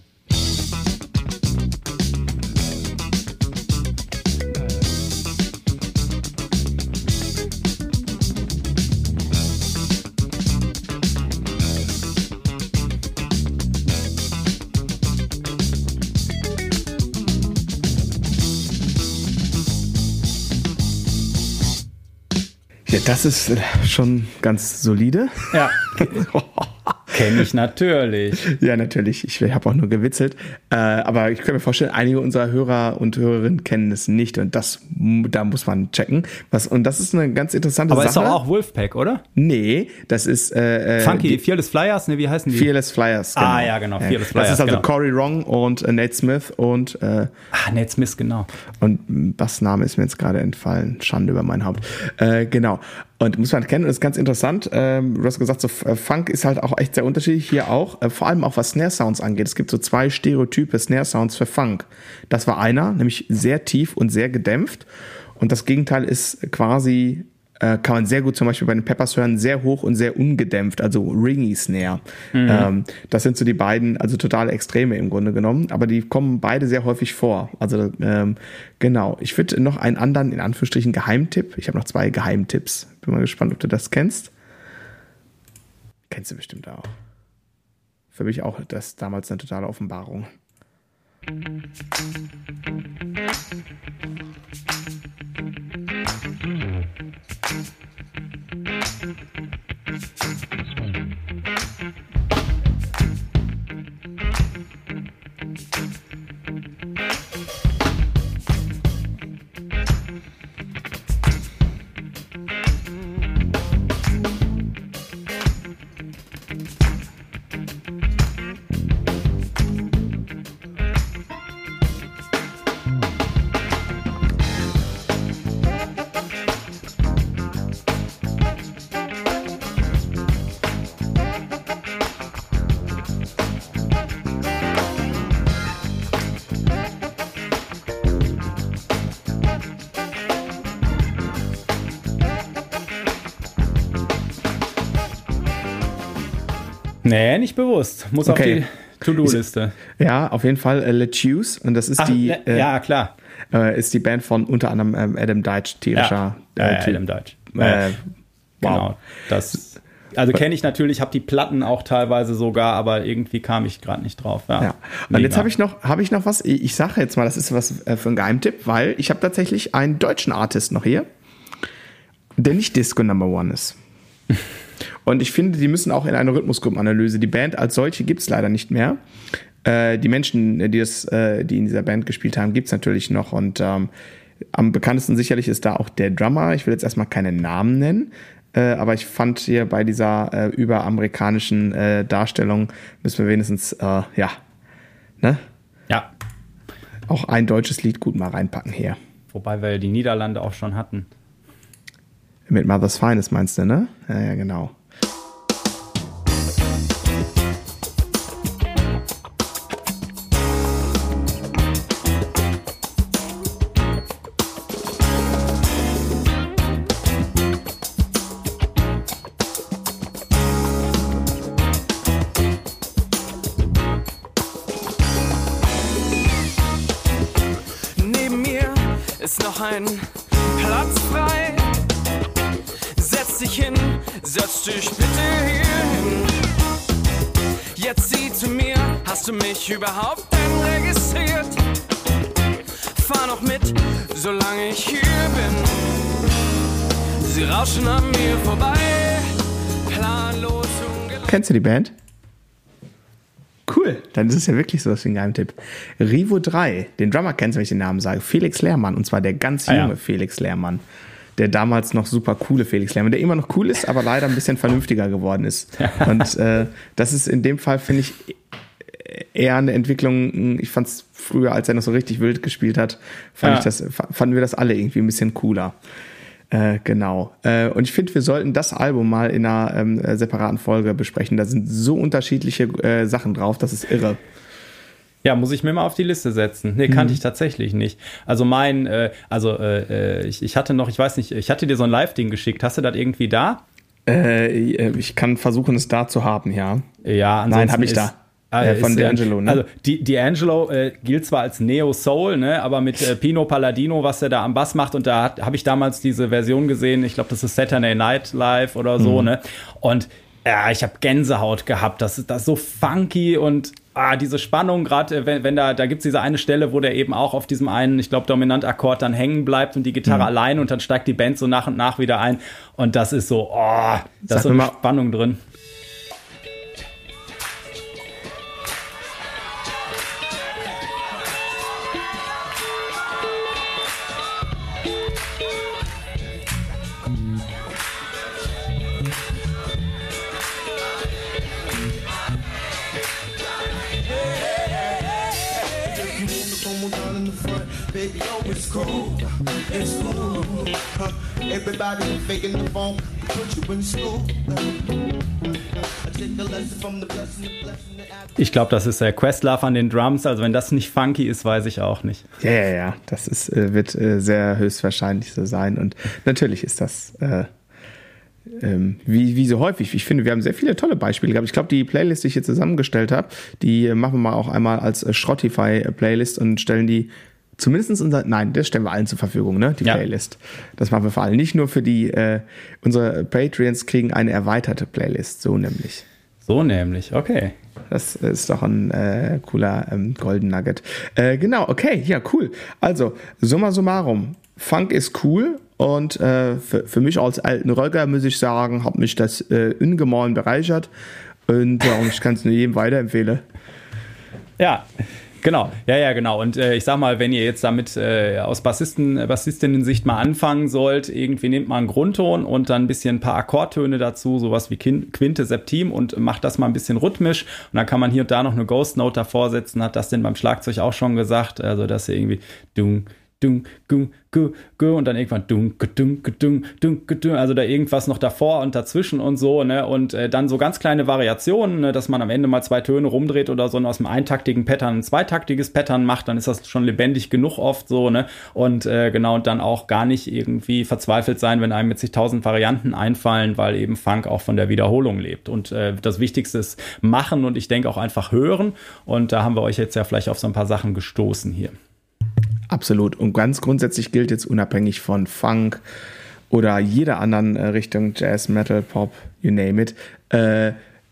Ja, das ist schon ganz solide. Ja. Kenne ich natürlich. Ja, natürlich. Ich habe auch nur gewitzelt. Äh, aber ich kann mir vorstellen, einige unserer Hörer und Hörerinnen kennen es nicht. Und das, da muss man checken. Was, und das ist eine ganz interessante aber Sache. Aber ist doch auch Wolfpack, oder? Nee, das ist äh, Funky, die, Fearless Flyers, ne, wie heißen die? Fearless Flyers, genau. Ah, ja, genau, Fearless Flyers. Das ist also genau. Cory Wrong und äh, Nate Smith und äh, Ah, Nate Smith, genau. Und Bassname ist mir jetzt gerade entfallen. Schande über mein Haupt. Äh, genau. Und muss man kennen, das ist ganz interessant. Ähm, du hast gesagt, so Funk ist halt auch echt sehr unterschiedlich. Hier auch, äh, vor allem auch was Snare-Sounds angeht. Es gibt so zwei Stereotype Snare-Sounds für Funk. Das war einer, nämlich sehr tief und sehr gedämpft. Und das Gegenteil ist quasi, äh, kann man sehr gut zum Beispiel bei den Peppers hören, sehr hoch und sehr ungedämpft, also Ringy Snare. Mhm. Ähm, das sind so die beiden, also totale Extreme im Grunde genommen. Aber die kommen beide sehr häufig vor. Also ähm, genau. Ich würde noch einen anderen, in Anführungsstrichen, Geheimtipp. Ich habe noch zwei Geheimtipps. Bin mal gespannt, ob du das kennst. Kennst du bestimmt auch. Für mich auch das damals eine totale Offenbarung. Nee, nicht bewusst. Muss okay. auf die To-Do-Liste. Ja, auf jeden Fall äh, Let's Choose. Und das ist Ach, die äh, ja, klar. Äh, ist die Band von unter anderem ähm, Adam Deitch, tierischer ja, äh, äh, Adam Deitch. Äh, wow. Genau. Das, also kenne ich natürlich, habe die Platten auch teilweise sogar, aber irgendwie kam ich gerade nicht drauf. Ja. ja. Und jetzt habe ich noch, habe ich noch was. Ich sage jetzt mal, das ist was äh, für ein Geheimtipp, weil ich habe tatsächlich einen deutschen Artist noch hier, der nicht Disco Number One ist. Und ich finde, die müssen auch in eine Rhythmusgruppenanalyse. Die Band als solche gibt es leider nicht mehr. Äh, die Menschen, die, das, äh, die in dieser Band gespielt haben, gibt's natürlich noch. Und ähm, am bekanntesten sicherlich ist da auch der Drummer. Ich will jetzt erstmal keine Namen nennen. Äh, aber ich fand hier bei dieser äh, überamerikanischen äh, Darstellung müssen wir wenigstens, äh, ja, ne? Ja. Auch ein deutsches Lied gut mal reinpacken hier. Wobei wir die Niederlande auch schon hatten. Mit Mother's Finest meinst du, ne? Ja, ja, genau. Ein Platz frei. Setz dich hin, setz dich bitte hier hin. Jetzt sieh zu mir, hast du mich überhaupt denn registriert? Fahr noch mit, solange ich hier bin. Sie rauschen an mir vorbei, planlos ungelenkt. Kennst du die Band? Cool, dann ist es ja wirklich sowas wie ein Geheimtipp. Rivo drei, den Drummer kennst du, wenn ich den Namen sage. Felix Lehrmann, und zwar der ganz junge ah, ja. Felix Lehrmann. Der damals noch super coole Felix Lehrmann, der immer noch cool ist, aber leider ein bisschen vernünftiger geworden ist. Und äh, das ist in dem Fall, finde ich, eher eine Entwicklung. Ich fand es früher, als er noch so richtig wild gespielt hat, fand ja. ich das, fanden wir das alle irgendwie ein bisschen cooler. Äh, genau. Äh, und ich finde, wir sollten das Album mal in einer ähm, separaten Folge besprechen. Da sind so unterschiedliche äh, Sachen drauf, das ist irre. Ja, muss ich mir mal auf die Liste setzen. Nee, kannte mhm. ich tatsächlich nicht. Also mein, äh, also äh, ich, ich hatte noch, ich weiß nicht, ich hatte dir so ein Live-Ding geschickt. Hast du das irgendwie da? Äh, ich kann versuchen, es da zu haben, ja. Ja, ansonsten Nein, habe ich da. Äh, von D'Angelo, ne? Also die, D'Angelo äh, gilt zwar als Neo-Soul, ne, aber mit äh, Pino Palladino, was er da am Bass macht, und da habe ich damals diese Version gesehen, ich glaube, das ist Saturday Night Live oder so, mhm. ne? Und ja, ich habe Gänsehaut gehabt. Das ist das ist so funky und ah, diese Spannung, gerade wenn, wenn da, da gibt's diese eine Stelle, wo der eben auch auf diesem einen, ich glaube, Dominantakkord dann hängen bleibt und die Gitarre mhm. allein, und dann steigt die Band so nach und nach wieder ein. Und das ist so, oh, da ist so eine mal, Spannung drin. Ich glaube, das ist der Questlove an den Drums. Also wenn das nicht funky ist, weiß ich auch nicht. Ja, ja, ja. Das ist, wird sehr höchstwahrscheinlich so sein. Und natürlich ist das äh, ähm, wie, wie so häufig. Ich finde, wir haben sehr viele tolle Beispiele gehabt. Ich glaube, die Playlist, die ich hier zusammengestellt habe, die machen wir mal auch einmal als Schrottify-Playlist und stellen die zumindest unser, nein, das stellen wir allen zur Verfügung, ne? Die ja. Playlist. Das machen wir vor allem nicht nur für die, äh, unsere Patreons kriegen eine erweiterte Playlist, so nämlich. So nämlich, okay. Das ist doch ein äh, cooler ähm, Golden Nugget. Äh, genau, okay, ja, cool. Also, summa summarum, Funk ist cool und äh, für, für mich als alten Rocker, muss ich sagen, hat mich das äh, ungemein bereichert und äh, ich kann es nur jedem weiterempfehlen. Ja, genau, ja, ja, genau. Und äh, ich sag mal, wenn ihr jetzt damit äh, aus Bassisten, Bassistinnen-Sicht mal anfangen sollt, irgendwie nehmt mal einen Grundton und dann ein bisschen ein paar Akkordtöne dazu, sowas wie Quinte, Septim, und macht das mal ein bisschen rhythmisch. Und dann kann man hier und da noch eine Ghost Note davor setzen, hat das denn beim Schlagzeug auch schon gesagt, also dass ihr irgendwie dung, dung, gung, gu, gu, und dann irgendwann dung, dung, dung, dung, dung, also da irgendwas noch davor und dazwischen und so, ne, und äh, dann so ganz kleine Variationen, ne, dass man am Ende mal zwei Töne rumdreht oder so und aus einem eintaktigen Pattern ein zweitaktiges Pattern macht, dann ist das schon lebendig genug oft so, ne, und äh, genau, und dann auch gar nicht irgendwie verzweifelt sein, wenn einem mit zigtausend Varianten einfallen, weil eben Funk auch von der Wiederholung lebt. Und äh, das Wichtigste ist machen und ich denke auch einfach hören, und da haben wir euch jetzt ja vielleicht auf so ein paar Sachen gestoßen hier. Absolut. Und ganz grundsätzlich gilt jetzt unabhängig von Funk oder jeder anderen äh, Richtung, Jazz, Metal, Pop, you name it, äh,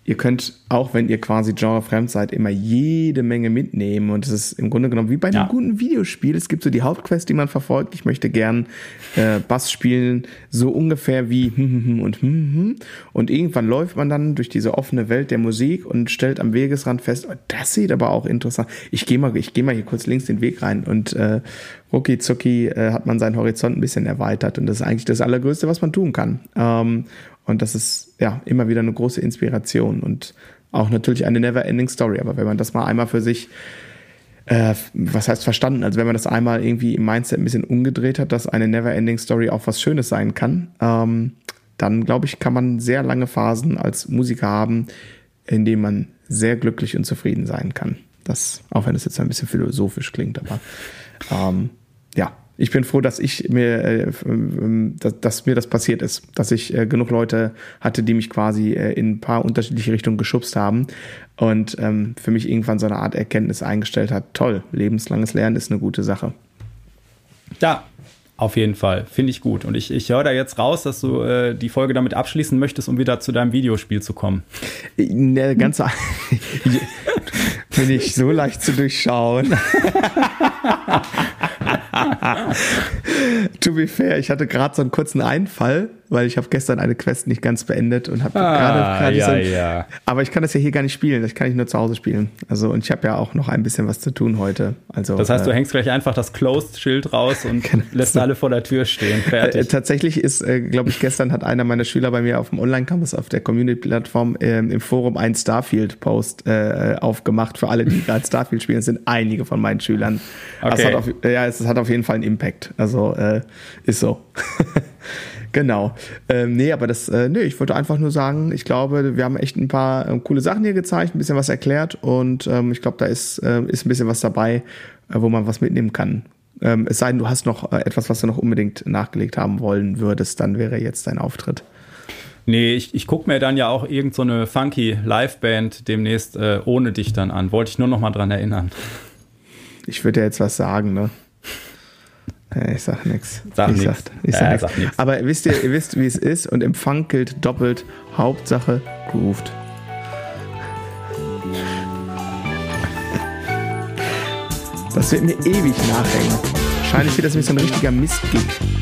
ihr könnt, auch wenn ihr quasi genrefremd seid, immer jede Menge mitnehmen. Und es ist im Grunde genommen wie bei einem Ja. guten Videospiel. Es gibt so die Hauptquest, die man verfolgt. Ich möchte gern äh, Bass spielen, so ungefähr wie hm, hm, und hm, hm. Und irgendwann läuft man dann durch diese offene Welt der Musik und stellt am Wegesrand fest, oh, das sieht aber auch interessant. Ich gehe mal, ich gehe mal hier kurz links den Weg rein und äh, rucki zucki äh, hat man seinen Horizont ein bisschen erweitert. Und das ist eigentlich das Allergrößte, was man tun kann. Ähm, Und das ist ja immer wieder eine große Inspiration und auch natürlich eine never-ending Story. Aber wenn man das mal einmal für sich, äh, was heißt verstanden, also wenn man das einmal irgendwie im Mindset ein bisschen umgedreht hat, dass eine never-ending Story auch was Schönes sein kann, ähm, dann glaube ich, kann man sehr lange Phasen als Musiker haben, in denen man sehr glücklich und zufrieden sein kann. Das, auch wenn das jetzt ein bisschen philosophisch klingt, aber ähm, ja. Ich bin froh, dass ich mir, äh, dass, dass mir das passiert ist, dass ich äh, genug Leute hatte, die mich quasi äh, in ein paar unterschiedliche Richtungen geschubst haben und ähm, für mich irgendwann so eine Art Erkenntnis eingestellt hat. Toll, lebenslanges Lernen ist eine gute Sache. Ja, auf jeden Fall. Finde ich gut. Und ich, ich höre da jetzt raus, dass du äh, die Folge damit abschließen möchtest, um wieder zu deinem Videospiel zu kommen. Ne, ganz bin ich so leicht zu durchschauen. To be fair, ich hatte gerade so einen kurzen Einfall, weil ich habe gestern eine Quest nicht ganz beendet und habe Ah, gerade ja, so, ja. aber ich kann das ja hier gar nicht spielen, das kann ich nur zu Hause spielen. Also und ich habe ja auch noch ein bisschen was zu tun heute. Also Das heißt, du äh, hängst gleich einfach das Closed-Schild raus und Genau. lässt alle vor der Tür stehen. Fertig. Äh, tatsächlich ist, äh, glaube ich, gestern hat einer meiner Schüler bei mir auf dem Online-Campus auf der Community-Plattform ähm, im Forum einen Starfield-Post äh, aufgemacht für alle, die gerade Starfield spielen. Das sind einige von meinen Schülern. Okay. Das hat auf, ja, es hat auf jeden Fall einen Impact. Also äh, ist so. Genau. Ähm, nee, aber das, äh, nee, ich wollte einfach nur sagen, ich glaube, wir haben echt ein paar äh, coole Sachen hier gezeigt, ein bisschen was erklärt und ähm, ich glaube, da ist, äh, ist ein bisschen was dabei, äh, wo man was mitnehmen kann. Ähm, es sei denn, du hast noch äh, etwas, was du noch unbedingt nachgelegt haben wollen würdest, dann wäre jetzt dein Auftritt. Nee, ich, ich gucke mir dann ja auch irgend so eine funky Liveband demnächst äh, ohne dich dann an. Wollte ich nur noch mal dran erinnern. Ich würde ja jetzt was sagen, ne? Ich sag nix. Sag ich nix. Sag, ich Ja, sag nix. sag nix. Aber wisst ihr, ihr wisst, wie es ist und Empfang gilt doppelt. Hauptsache grooved. Das wird mir ewig nachhängen. Wahrscheinlich wird das nämlich so ein richtiger Mistgig.